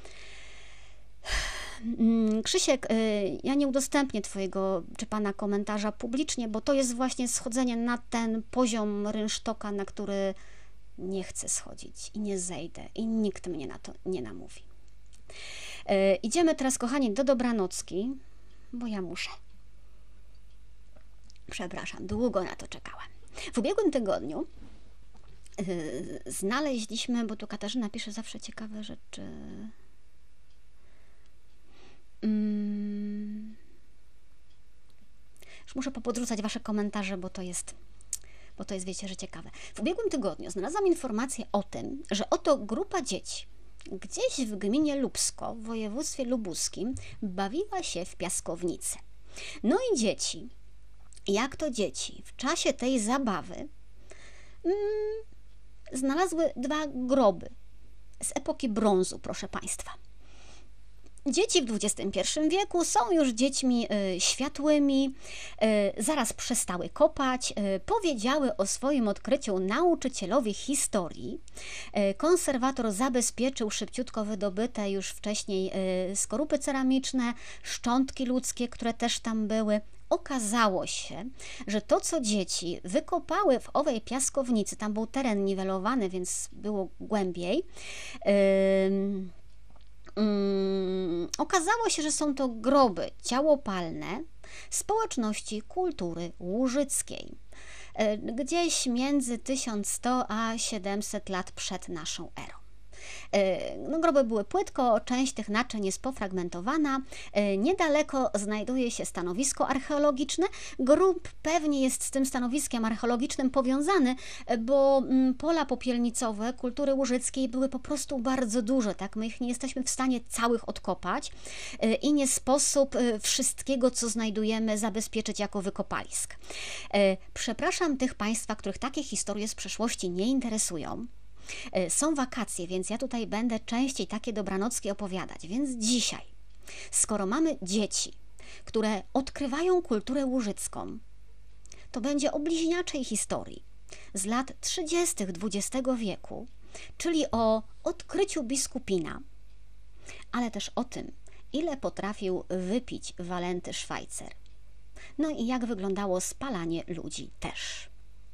Krzysiek, ja nie udostępnię Twojego czy Pana komentarza publicznie, bo to jest właśnie schodzenie na ten poziom rynsztoka, na który nie chcę schodzić i nie zejdę i nikt mnie na to nie namówi. Idziemy teraz, kochani, do dobranocki, bo ja muszę. Przepraszam, długo na to czekałam. W ubiegłym tygodniu yy, znaleźliśmy, bo tu Katarzyna pisze zawsze ciekawe rzeczy. Hmm. Już muszę popodrzucać Wasze komentarze, bo to jest, bo to jest, wiecie, że ciekawe. W ubiegłym tygodniu znalazłam informację o tym, że oto grupa dzieci gdzieś w gminie Lubsko, w województwie lubuskim, bawiła się w piaskownicy. No i dzieci, jak to dzieci, w czasie tej zabawy mm, znalazły dwa groby z epoki brązu, proszę Państwa. Dzieci w dwudziestym pierwszym wieku są już dziećmi y, światłymi, y, zaraz przestały kopać, y, powiedziały o swoim odkryciu nauczycielowi historii. Y, konserwator zabezpieczył szybciutko wydobyte już wcześniej y, skorupy ceramiczne, szczątki ludzkie, które też tam były. Okazało się, że to, co dzieci wykopały w owej piaskownicy, tam był teren niwelowany, więc było głębiej, y, Um, okazało się, że są to groby ciałopalne społeczności kultury łużyckiej, gdzieś między tysiąc sto a siedemset lat przed naszą erą. No, groby były płytko, część tych naczyń jest pofragmentowana. Niedaleko znajduje się stanowisko archeologiczne. Grób pewnie jest z tym stanowiskiem archeologicznym powiązany, bo pola popielnicowe kultury łużyckiej były po prostu bardzo duże, tak? My ich nie jesteśmy w stanie całych odkopać i nie sposób wszystkiego, co znajdujemy, zabezpieczyć jako wykopalisk. Przepraszam tych Państwa, których takie historie z przeszłości nie interesują. Są wakacje, więc ja tutaj będę częściej takie dobranocki opowiadać. Więc dzisiaj, skoro mamy dzieci, które odkrywają kulturę łużycką, to będzie o bliźniaczej historii z lat trzydziestych dwudziestego wieku, czyli o odkryciu biskupina, ale też o tym, ile potrafił wypić Walenty Szwajcer. No i jak wyglądało spalanie ludzi też.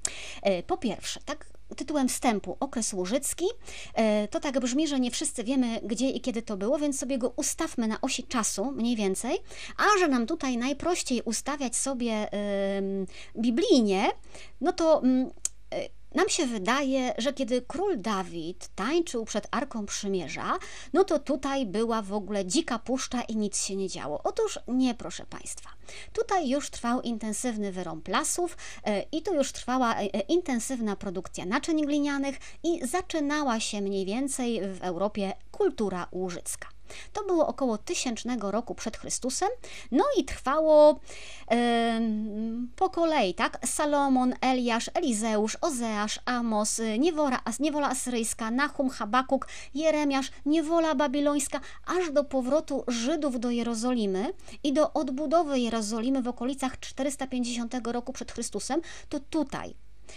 Po pierwsze, tak tytułem wstępu, okres łużycki, to tak brzmi, że nie wszyscy wiemy, gdzie i kiedy to było, więc sobie go ustawmy na osi czasu mniej więcej, a że nam tutaj najprościej ustawiać sobie yy, biblijnie, no to yy, nam się wydaje, że kiedy król Dawid tańczył przed Arką Przymierza, no to tutaj była w ogóle dzika puszcza i nic się nie działo. Otóż nie, proszę Państwa. Tutaj już trwał intensywny wyrąb lasów e, i tu już trwała e, intensywna produkcja naczyń glinianych i zaczynała się mniej więcej w Europie kultura łużycka. To było około tysięcznego roku przed Chrystusem, no i trwało e, po kolei, tak? Salomon, Eliasz, Elizeusz, Ozeasz, Amos, niewola, niewola asyryjska, Nahum, Habakuk, Jeremiasz, niewola babilońska, aż do powrotu Żydów do Jerozolimy i do odbudowy Jerozolimy w okolicach czterysta pięćdziesiątego roku przed Chrystusem, to tutaj,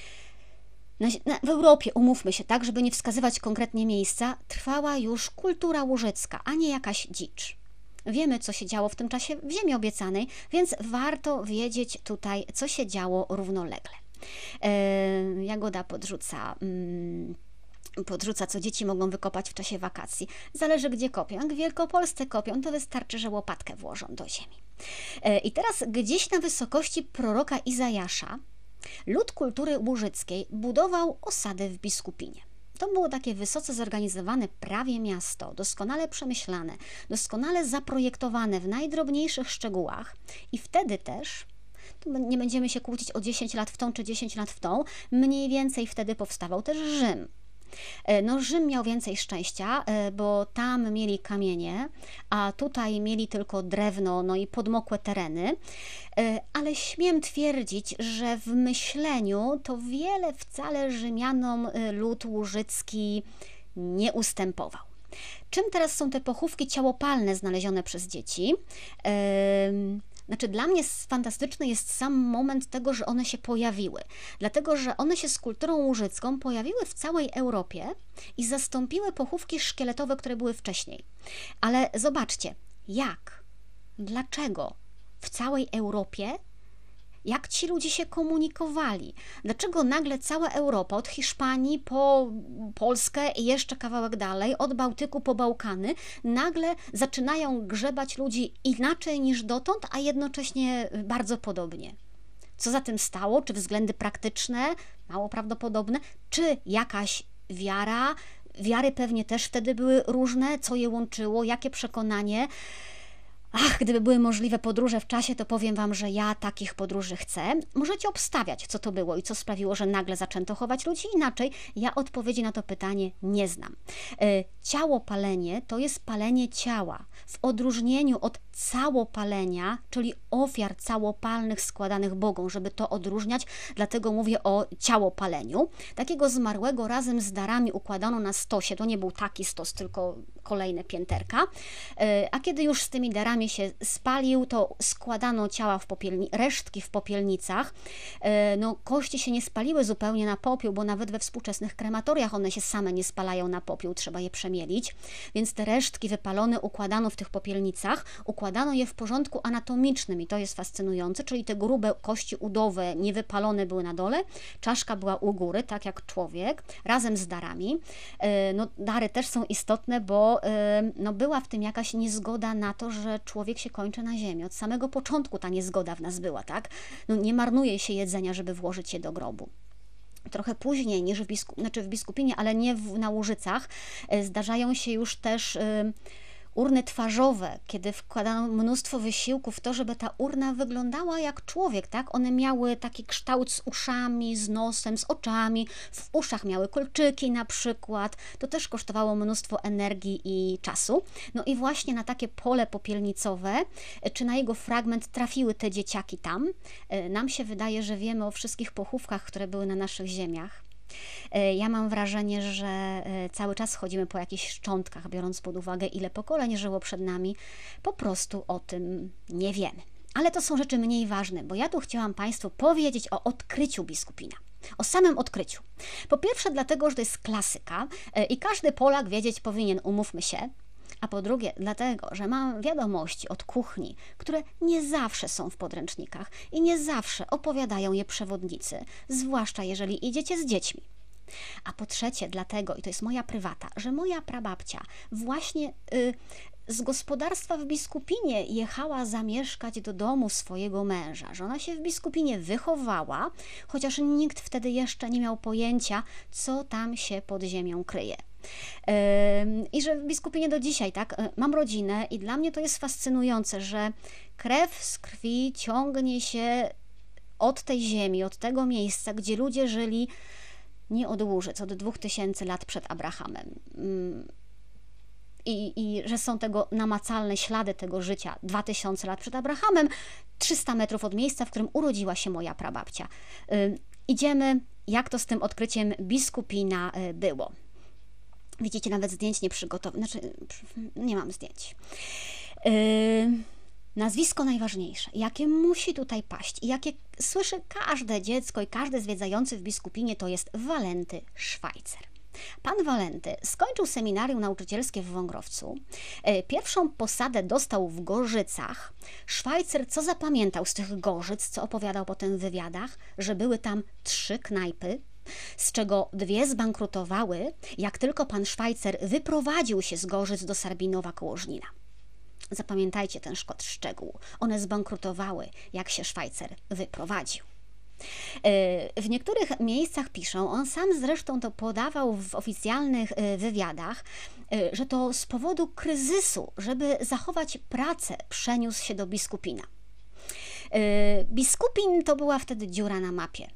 Na, na, w Europie, umówmy się, tak, żeby nie wskazywać konkretnie miejsca, trwała już kultura łużycka, a nie jakaś dzicz. Wiemy, co się działo w tym czasie w Ziemi Obiecanej, więc warto wiedzieć tutaj, co się działo równolegle. E, Jagoda podrzuca... Mm, podrzuca, co dzieci mogą wykopać w czasie wakacji. Zależy, gdzie kopią. Jak w Wielkopolsce kopią, to wystarczy, że łopatkę włożą do ziemi. E, I teraz gdzieś na wysokości proroka Izajasza lud kultury łużyckiej budował osady w Biskupinie. To było takie wysoce zorganizowane prawie miasto, doskonale przemyślane, doskonale zaprojektowane w najdrobniejszych szczegółach i wtedy też, tu nie będziemy się kłócić o dziesięć lat w tą czy dziesięć lat w tą, mniej więcej wtedy powstawał też Rzym. No Rzym miał więcej szczęścia, bo tam mieli kamienie, a tutaj mieli tylko drewno, no i podmokłe tereny, ale śmiem twierdzić, że w myśleniu to wiele wcale Rzymianom lud łużycki nie ustępował. Czym teraz są te pochówki ciałopalne znalezione przez dzieci? Yy, znaczy dla mnie fantastyczny jest sam moment tego, że one się pojawiły. Dlatego, że one się z kulturą łużycką pojawiły w całej Europie i zastąpiły pochówki szkieletowe, które były wcześniej. Ale zobaczcie, jak? Dlaczego? W całej Europie? Jak ci ludzie się komunikowali? Dlaczego nagle cała Europa, od Hiszpanii po Polskę i jeszcze kawałek dalej, od Bałtyku po Bałkany, nagle zaczynają grzebać ludzi inaczej niż dotąd, a jednocześnie bardzo podobnie? Co za tym stało? Czy względy praktyczne, mało prawdopodobne, czy jakaś wiara? Wiary pewnie też wtedy były różne. Co je łączyło? Jakie przekonanie? Ach, gdyby były możliwe podróże w czasie, to powiem Wam, że ja takich podróży chcę. Możecie obstawiać, co to było i co sprawiło, że nagle zaczęto chować ludzi inaczej. Ja odpowiedzi na to pytanie nie znam. Ciałopalenie to jest palenie ciała. W odróżnieniu od całopalenia, czyli ofiar całopalnych składanych Bogom, żeby to odróżniać, dlatego mówię o ciałopaleniu. Takiego zmarłego razem z darami układano na stosie. To nie był taki stos, tylko kolejne pięterka. A kiedy już z tymi darami się spalił, to składano ciała w popielni, resztki w popielnicach. No, kości się nie spaliły zupełnie na popiół, bo nawet we współczesnych krematoriach one się same nie spalają na popiół, trzeba je przemielić. Więc te resztki wypalone układano w tych popielnicach, układano je w porządku anatomicznym i to jest fascynujące, czyli te grube kości udowe, niewypalone były na dole, czaszka była u góry, tak jak człowiek, razem z darami. No, dary też są istotne, bo no, była w tym jakaś niezgoda na to, że człowiek się kończy na ziemi. Od samego początku ta niezgoda w nas była, tak? No, nie marnuje się jedzenia, żeby włożyć je do grobu. Trochę później niż w, biskup, znaczy w Biskupinie, ale nie w, na Łużycach, zdarzają się już też y, urny twarzowe, kiedy wkładano mnóstwo wysiłku w to, żeby ta urna wyglądała jak człowiek, tak? One miały taki kształt z uszami, z nosem, z oczami, w uszach miały kolczyki na przykład. To też kosztowało mnóstwo energii i czasu. No i właśnie na takie pole popielnicowe, czy na jego fragment trafiły te dzieciaki tam. Nam się wydaje, że wiemy o wszystkich pochówkach, które były na naszych ziemiach. Ja mam wrażenie, że cały czas chodzimy po jakichś szczątkach, biorąc pod uwagę, ile pokoleń żyło przed nami. Po prostu o tym nie wiemy. Ale to są rzeczy mniej ważne, bo ja tu chciałam Państwu powiedzieć o odkryciu Biskupina. O samym odkryciu. Po pierwsze dlatego, że to jest klasyka i każdy Polak wiedzieć powinien, umówmy się. A po drugie, dlatego, że mam wiadomości od kuchni, które nie zawsze są w podręcznikach i nie zawsze opowiadają je przewodnicy, zwłaszcza jeżeli idziecie z dziećmi. A po trzecie, dlatego, i to jest moja prywata, że moja prababcia właśnie y, z gospodarstwa w Biskupinie jechała zamieszkać do domu swojego męża, że ona się w Biskupinie wychowała, chociaż nikt wtedy jeszcze nie miał pojęcia, co tam się pod ziemią kryje. I że w Biskupinie do dzisiaj, tak, mam rodzinę i dla mnie to jest fascynujące, że krew z krwi ciągnie się od tej ziemi, od tego miejsca, gdzie ludzie żyli nie od Łużyc, od dwóch tysięcy lat przed Abrahamem. I, I że są tego namacalne ślady tego życia dwa tysiące lat przed Abrahamem, trzysta metrów od miejsca, w którym urodziła się moja prababcia. Idziemy, jak to z tym odkryciem Biskupina było. Widzicie, nawet zdjęć nie przygotowałam, znaczy nie mam zdjęć. Yy, nazwisko najważniejsze, jakie musi tutaj paść i jakie słyszy każde dziecko i każdy zwiedzający w Biskupinie, to jest Walenty Szwajcer. Pan Walenty skończył seminarium nauczycielskie w Wągrowcu. Pierwszą posadę dostał w Gorzycach. Szwajcer co zapamiętał z tych Gorzyc, co opowiadał potem w wywiadach, że były tam trzy knajpy, z czego dwie zbankrutowały, jak tylko pan Szwajcer wyprowadził się z Gorzyc do Sarbinowa koło Żnina. Zapamiętajcie ten szczegół. One zbankrutowały, jak się Szwajcer wyprowadził. W niektórych miejscach piszą, on sam zresztą to podawał w oficjalnych wywiadach, że to z powodu kryzysu, żeby zachować pracę, przeniósł się do Biskupina. Biskupin to była wtedy dziura na mapie.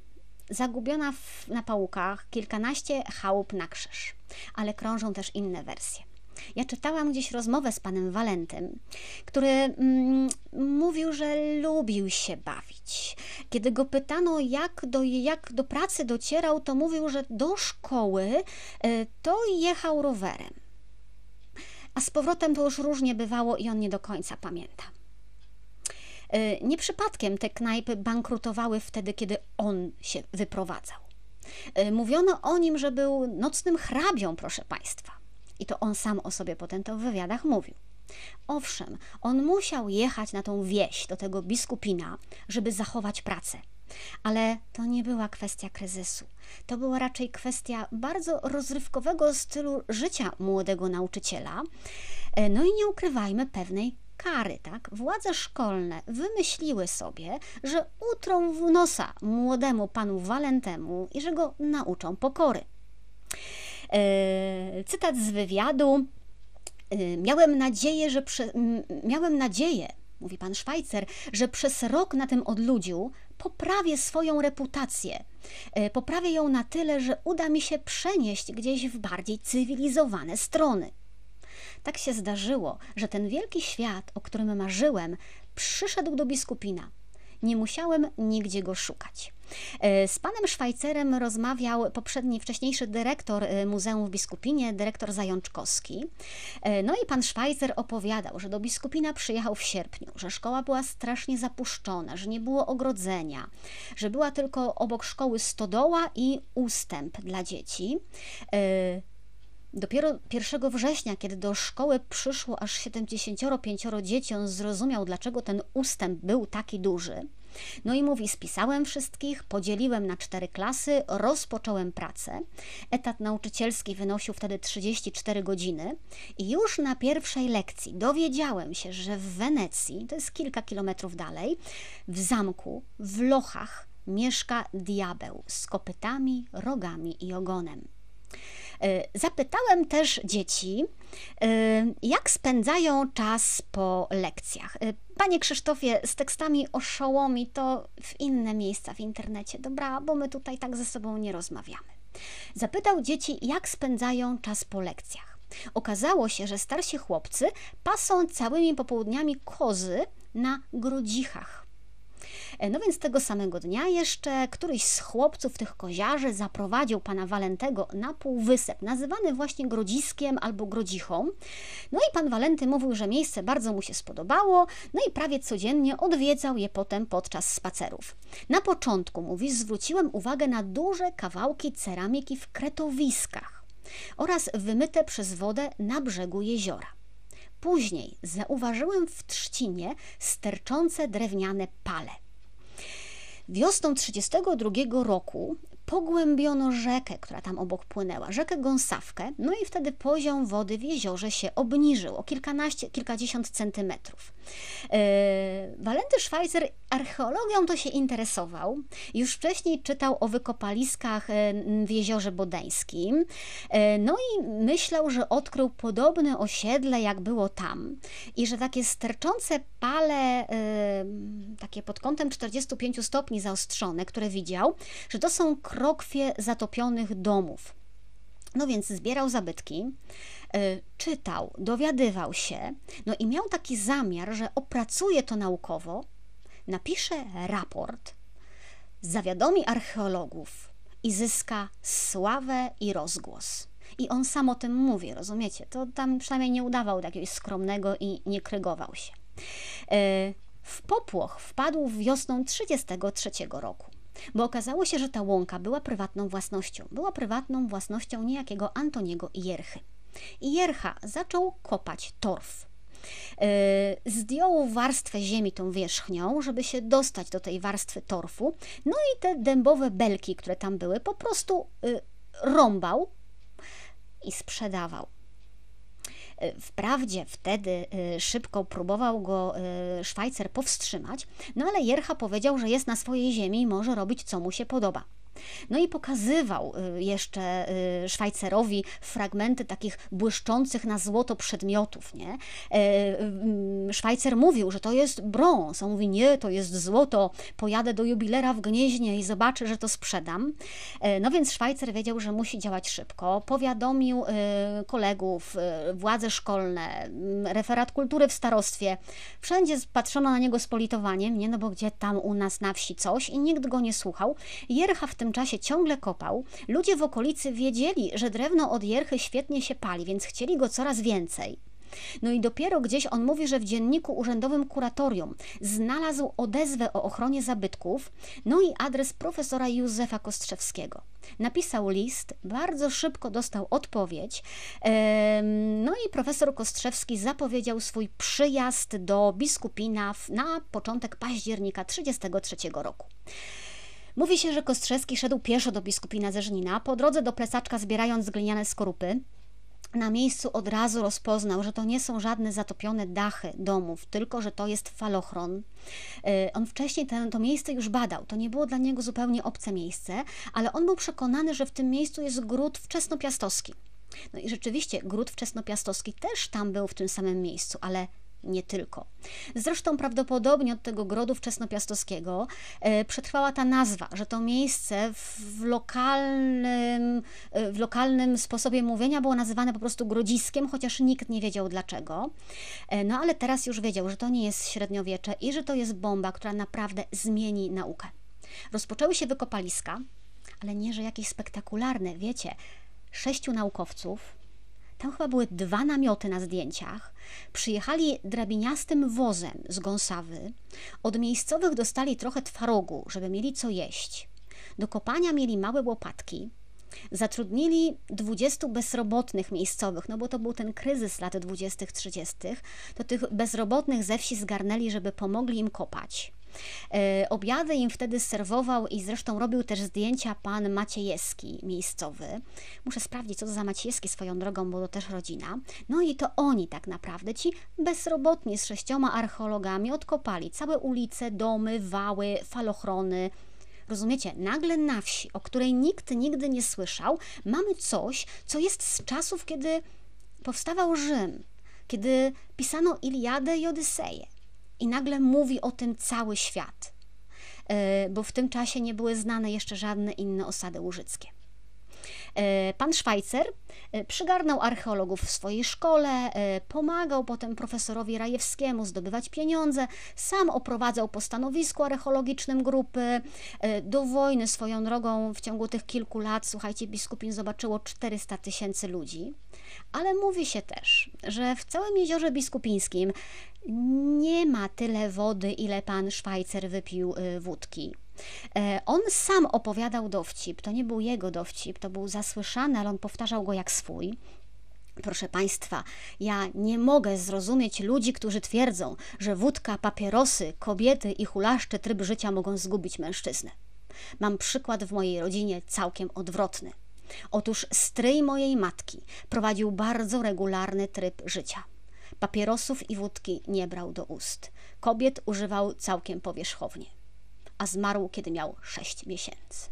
zagubiona w, na pałukach, kilkanaście chałup na krzyż. Ale krążą też inne wersje. Ja czytałam gdzieś rozmowę z panem Walentym, który mm, mówił, że lubił się bawić. Kiedy go pytano, jak do, jak do pracy docierał, to mówił, że do szkoły y, to jechał rowerem. A z powrotem to już różnie bywało i on nie do końca pamięta. Y, nie przypadkiem te knajpy bankrutowały wtedy, kiedy on się wyprowadzał. Y, mówiono o nim, że był nocnym hrabią, proszę państwa. I to on sam o sobie potem to w wywiadach mówił. Owszem, on musiał jechać na tą wieś, do tego biskupina, żeby zachować pracę. Ale to nie była kwestia kryzysu. To była raczej kwestia bardzo rozrywkowego stylu życia młodego nauczyciela. No i nie ukrywajmy pewnej kary, tak? Władze szkolne wymyśliły sobie, że utrą w nosa młodemu panu Walentemu i że go nauczą pokory. Cytat z wywiadu. Miałem nadzieję, że prze... miałem nadzieję, mówi pan Szwajcer, że przez rok na tym odludziu poprawię swoją reputację. Poprawię ją na tyle, że uda mi się przenieść gdzieś w bardziej cywilizowane strony. Tak się zdarzyło, że ten wielki świat, o którym marzyłem, przyszedł do biskupina. Nie musiałem nigdzie go szukać. Z panem Szwajcerem rozmawiał poprzedni, wcześniejszy dyrektor Muzeum w Biskupinie, dyrektor Zajączkowski. No i pan Szwajcer opowiadał, że do Biskupina przyjechał w sierpniu, że szkoła była strasznie zapuszczona, że nie było ogrodzenia, że była tylko obok szkoły stodoła i ustęp dla dzieci. Dopiero pierwszego września, kiedy do szkoły przyszło aż siedemdziesięcioro pięcioro dzieci, on zrozumiał, dlaczego ten ustęp był taki duży. No i mówi, spisałem wszystkich, podzieliłem na cztery klasy, rozpocząłem pracę. Etat nauczycielski wynosił wtedy trzydzieści cztery godziny i już na pierwszej lekcji dowiedziałem się, że w Wenecji, to jest kilka kilometrów dalej, w zamku, w Lochach mieszka diabeł z kopytami, rogami i ogonem. Zapytałem też dzieci, jak spędzają czas po lekcjach. Panie Krzysztofie, z tekstami oszołomi to w inne miejsca w internecie, dobra, bo my tutaj tak ze sobą nie rozmawiamy. Zapytał dzieci, jak spędzają czas po lekcjach. Okazało się, że starsi chłopcy pasą całymi popołudniami kozy na grodzichach. No więc tego samego dnia jeszcze któryś z chłopców, tych koziarzy, zaprowadził pana Walentego na półwysep, nazywany właśnie Grodziskiem albo Grodzichą. No i pan Walenty mówił, że miejsce bardzo mu się spodobało, no i prawie codziennie odwiedzał je potem podczas spacerów. Na początku, mówi, zwróciłem uwagę na duże kawałki ceramiki w kretowiskach oraz wymyte przez wodę na brzegu jeziora. Później zauważyłem w trzcinie sterczące drewniane pale. Wiosną trzydziestego drugiego roku pogłębiono rzekę, która tam obok płynęła, rzekę Gąsawkę, no i wtedy poziom wody w jeziorze się obniżył o kilkanaście, kilkadziesiąt centymetrów. Yy, Walenty Szwajcer archeologią to się interesował. Już wcześniej czytał o wykopaliskach w jeziorze Bodeńskim. Yy, no i myślał, że odkrył podobne osiedle, jak było tam. I że takie sterczące pale, yy, takie pod kątem czterdziestu pięciu stopni zaostrzone, które widział, że to są krokwie zatopionych domów. No więc zbierał zabytki, y, czytał, dowiadywał się, no i miał taki zamiar, że opracuje to naukowo, napisze raport, zawiadomi archeologów i zyska sławę i rozgłos. I on sam o tym mówi, rozumiecie? To tam przynajmniej nie udawał jakiegoś skromnego i nie krygował się. Y, w popłoch wpadł wiosną trzydziestego trzeciego roku. Bo okazało się, że ta łąka była prywatną własnością. Była prywatną własnością niejakiego Antoniego Jerchy. I Jercha zaczął kopać torf. Yy, zdjął warstwę ziemi tą wierzchnią, żeby się dostać do tej warstwy torfu. No i te dębowe belki, które tam były, po prostu yy, rąbał i sprzedawał. Wprawdzie wtedy szybko próbował go Szwajcer powstrzymać, no ale Jercha powiedział, że jest na swojej ziemi i może robić, co mu się podoba. No i pokazywał jeszcze Szwajcerowi fragmenty takich błyszczących na złoto przedmiotów, nie? Szwajcer mówił, że to jest brąz, on mówi, nie, to jest złoto, pojadę do jubilera w Gnieźnie i zobaczę, że to sprzedam. No więc Szwajcer wiedział, że musi działać szybko, powiadomił kolegów, władze szkolne, referat kultury w starostwie, wszędzie patrzono na niego z politowaniem, nie, no bo gdzie tam u nas na wsi coś i nikt go nie słuchał. Jercha w tym czasie ciągle kopał. Ludzie w okolicy wiedzieli, że drewno od jerchy świetnie się pali, więc chcieli go coraz więcej. No i dopiero gdzieś on mówi, że w dzienniku urzędowym kuratorium znalazł odezwę o ochronie zabytków, no i adres profesora Józefa Kostrzewskiego. Napisał list, bardzo szybko dostał odpowiedź, no i profesor Kostrzewski zapowiedział swój przyjazd do Biskupina na początek października tysiąc dziewięćset trzydziestego trzeciego roku. Mówi się, że Kostrzewski szedł pieszo do Biskupina ze Żnina, po drodze do plecaczka zbierając gliniane skorupy. Na miejscu od razu rozpoznał, że to nie są żadne zatopione dachy domów, tylko że to jest falochron. On wcześniej ten, to miejsce już badał, to nie było dla niego zupełnie obce miejsce, ale on był przekonany, że w tym miejscu jest gród wczesnopiastowski. No i rzeczywiście gród wczesnopiastowski też tam był w tym samym miejscu, ale nie tylko. Zresztą prawdopodobnie od tego grodu wczesnopiastowskiego e, przetrwała ta nazwa, że to miejsce w lokalnym, e, w lokalnym sposobie mówienia było nazywane po prostu grodziskiem, chociaż nikt nie wiedział dlaczego. E, no ale teraz już wiedział, że to nie jest średniowiecze i że to jest bomba, która naprawdę zmieni naukę. Rozpoczęły się wykopaliska, ale nie, że jakieś spektakularne, wiecie, sześciu naukowców. Tam chyba były dwa namioty na zdjęciach. Przyjechali drabiniastym wozem z Gąsawy. Od miejscowych dostali trochę twarogu, żeby mieli co jeść. Do kopania mieli małe łopatki. Zatrudnili dwudziestu bezrobotnych miejscowych, no bo to był ten kryzys lat dwudziestych, trzydziestych. To tych bezrobotnych ze wsi zgarnęli, żeby pomogli im kopać. E, obiady im wtedy serwował i zresztą robił też zdjęcia pan Maciejewski, miejscowy. Muszę sprawdzić, co to za Maciejewski swoją drogą, bo to też rodzina. No i to oni tak naprawdę, ci bezrobotni z sześcioma archeologami odkopali całe ulice, domy, wały, falochrony. Rozumiecie, nagle na wsi, o której nikt nigdy nie słyszał, mamy coś, co jest z czasów, kiedy powstawał Rzym, kiedy pisano Iliadę i Odyseję. I nagle mówi o tym cały świat, bo w tym czasie nie były znane jeszcze żadne inne osady łużyckie. Pan Szwajcer przygarnął archeologów w swojej szkole, pomagał potem profesorowi Rajewskiemu zdobywać pieniądze, sam oprowadzał po stanowisku archeologicznym grupy. Do wojny swoją drogą w ciągu tych kilku lat, słuchajcie, Biskupin zobaczyło czterysta tysięcy ludzi, ale mówi się też, że w całym Jeziorze Biskupińskim nie ma tyle wody, ile pan Szwajcer wypił wódki. On sam opowiadał dowcip, to nie był jego dowcip, to był zasłyszany, ale on powtarzał go jak swój. Proszę Państwa, ja nie mogę zrozumieć ludzi, którzy twierdzą, że wódka, papierosy, kobiety i hulaszczy tryb życia mogą zgubić mężczyznę. Mam przykład w mojej rodzinie całkiem odwrotny. Otóż stryj mojej matki prowadził bardzo regularny tryb życia. Papierosów i wódki nie brał do ust. Kobiet używał całkiem powierzchownie. A zmarł, kiedy miał sześć miesięcy.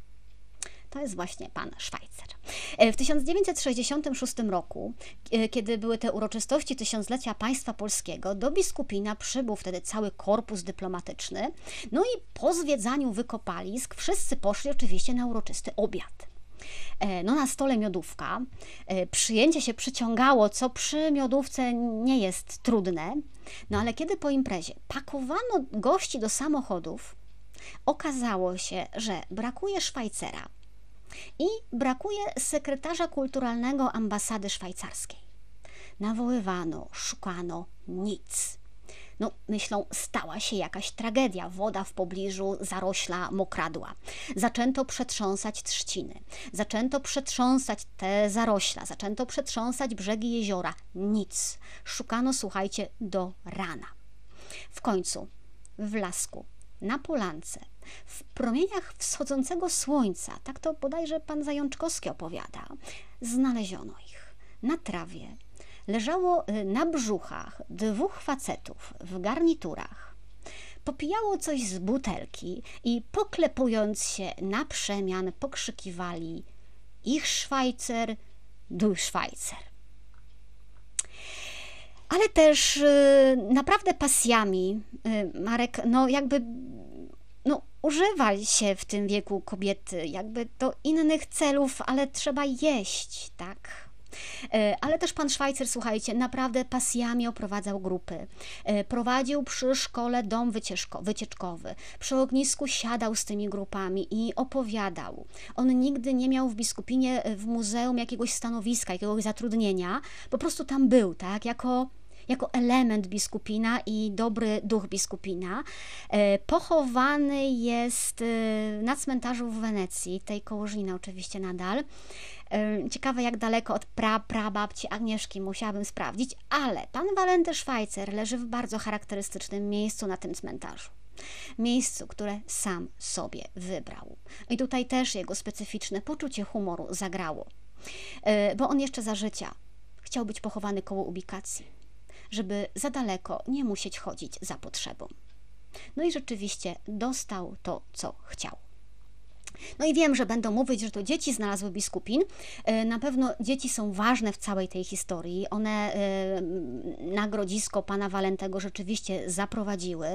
To jest właśnie pan Szwajcer. W tysiąc dziewięćset sześćdziesiątym szóstym roku, kiedy były te uroczystości tysiąclecia państwa polskiego, do Biskupina przybył wtedy cały korpus dyplomatyczny. No i po zwiedzaniu wykopalisk wszyscy poszli oczywiście na uroczysty obiad. No na stole miodówka, przyjęcie się przyciągało, co przy miodówce nie jest trudne, no ale kiedy po imprezie pakowano gości do samochodów, okazało się, że brakuje Szwajcera i brakuje sekretarza kulturalnego ambasady szwajcarskiej. Nawoływano, szukano, nic. No, myślą, stała się jakaś tragedia. Woda w pobliżu zarośla, mokradła. Zaczęto przetrząsać trzciny. Zaczęto przetrząsać te zarośla. Zaczęto przetrząsać brzegi jeziora. Nic. Szukano, słuchajcie, do rana. W końcu, w lasku, na polance, w promieniach wschodzącego słońca, tak to bodajże pan Zajączkowski opowiada, znaleziono ich na trawie. Leżało na brzuchach dwóch facetów w garniturach. popijało coś z butelki i poklepując się na przemian pokrzykiwali: Ich Schweizer, du Schweizer. Ale też y, naprawdę pasjami, y, Marek, no jakby no, używa się w tym wieku kobiety, jakby do innych celów, ale trzeba jeść, tak? Ale też pan Szwajcer, słuchajcie, naprawdę pasjami oprowadzał grupy. Prowadził przy szkole dom wycieczko, wycieczkowy. Przy ognisku siadał z tymi grupami i opowiadał. On nigdy nie miał w Biskupinie, w muzeum jakiegoś stanowiska, jakiegoś zatrudnienia. Po prostu tam był, tak? Jako jako element biskupina i dobry duch biskupina. Pochowany jest na cmentarzu w Wenecji, tej koło Żnina oczywiście nadal. Ciekawe, jak daleko od pra, prababci Agnieszki, musiałabym sprawdzić, ale pan Walenty Szwajcer leży w bardzo charakterystycznym miejscu na tym cmentarzu. Miejscu, które sam sobie wybrał. I tutaj też jego specyficzne poczucie humoru zagrało, bo on jeszcze za życia chciał być pochowany koło ubikacji, żeby za daleko nie musieć chodzić za potrzebą. No i rzeczywiście dostał to, co chciał. No i wiem, że będą mówić, że to dzieci znalazły biskupin. Na pewno dzieci są ważne w całej tej historii. One na grodzisko pana Walentego rzeczywiście zaprowadziły.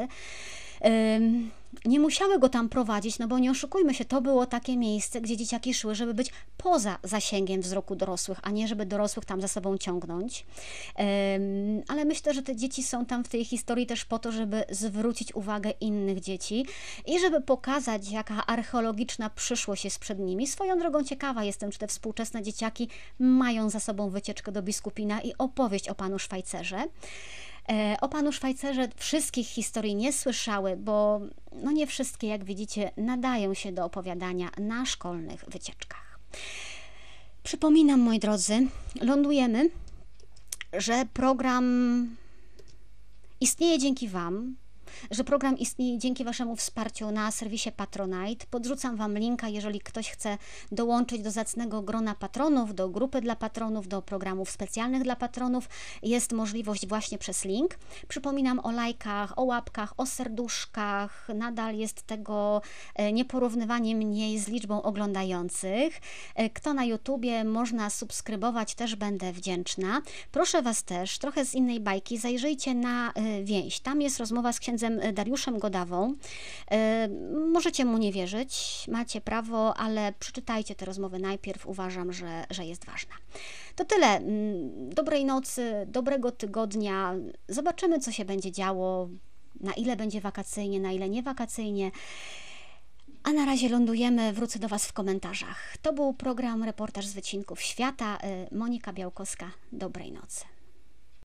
Nie musiały go tam prowadzić, no bo nie oszukujmy się, to było takie miejsce, gdzie dzieciaki szły, żeby być poza zasięgiem wzroku dorosłych, a nie żeby dorosłych tam za sobą ciągnąć. Ale myślę, że te dzieci są tam w tej historii też po to, żeby zwrócić uwagę innych dzieci i żeby pokazać, jaka archeologiczna przyszłość jest przed nimi. Swoją drogą ciekawa jestem, czy te współczesne dzieciaki mają za sobą wycieczkę do Biskupina i opowieść o panu Szwajcerze. O panu Szwajcerze wszystkich historii nie słyszały, bo no nie wszystkie, jak widzicie, nadają się do opowiadania na szkolnych wycieczkach. Przypominam, moi drodzy, lądujemy, że program istnieje dzięki Wam, że program istnieje dzięki Waszemu wsparciu na serwisie Patronite. Podrzucam Wam linka, jeżeli ktoś chce dołączyć do zacnego grona patronów, do grupy dla patronów, do programów specjalnych dla patronów. Jest możliwość właśnie przez link. Przypominam o lajkach, o łapkach, o serduszkach. Nadal jest tego nieporównywanie mniej z liczbą oglądających. Kto na YouTubie, można subskrybować, też będę wdzięczna. Proszę Was też, trochę z innej bajki, zajrzyjcie na Więź. Tam jest rozmowa z księdzem Dariuszem Godawą. Możecie mu nie wierzyć, macie prawo, ale przeczytajcie tę rozmowę najpierw, uważam, że, że jest ważna. To tyle. Dobrej nocy, dobrego tygodnia. Zobaczymy, co się będzie działo, na ile będzie wakacyjnie, na ile nie wakacyjnie. A na razie lądujemy, wrócę do Was w komentarzach. To był program Reportaż z Wycinków Świata. Monika Białkowska. Dobrej nocy.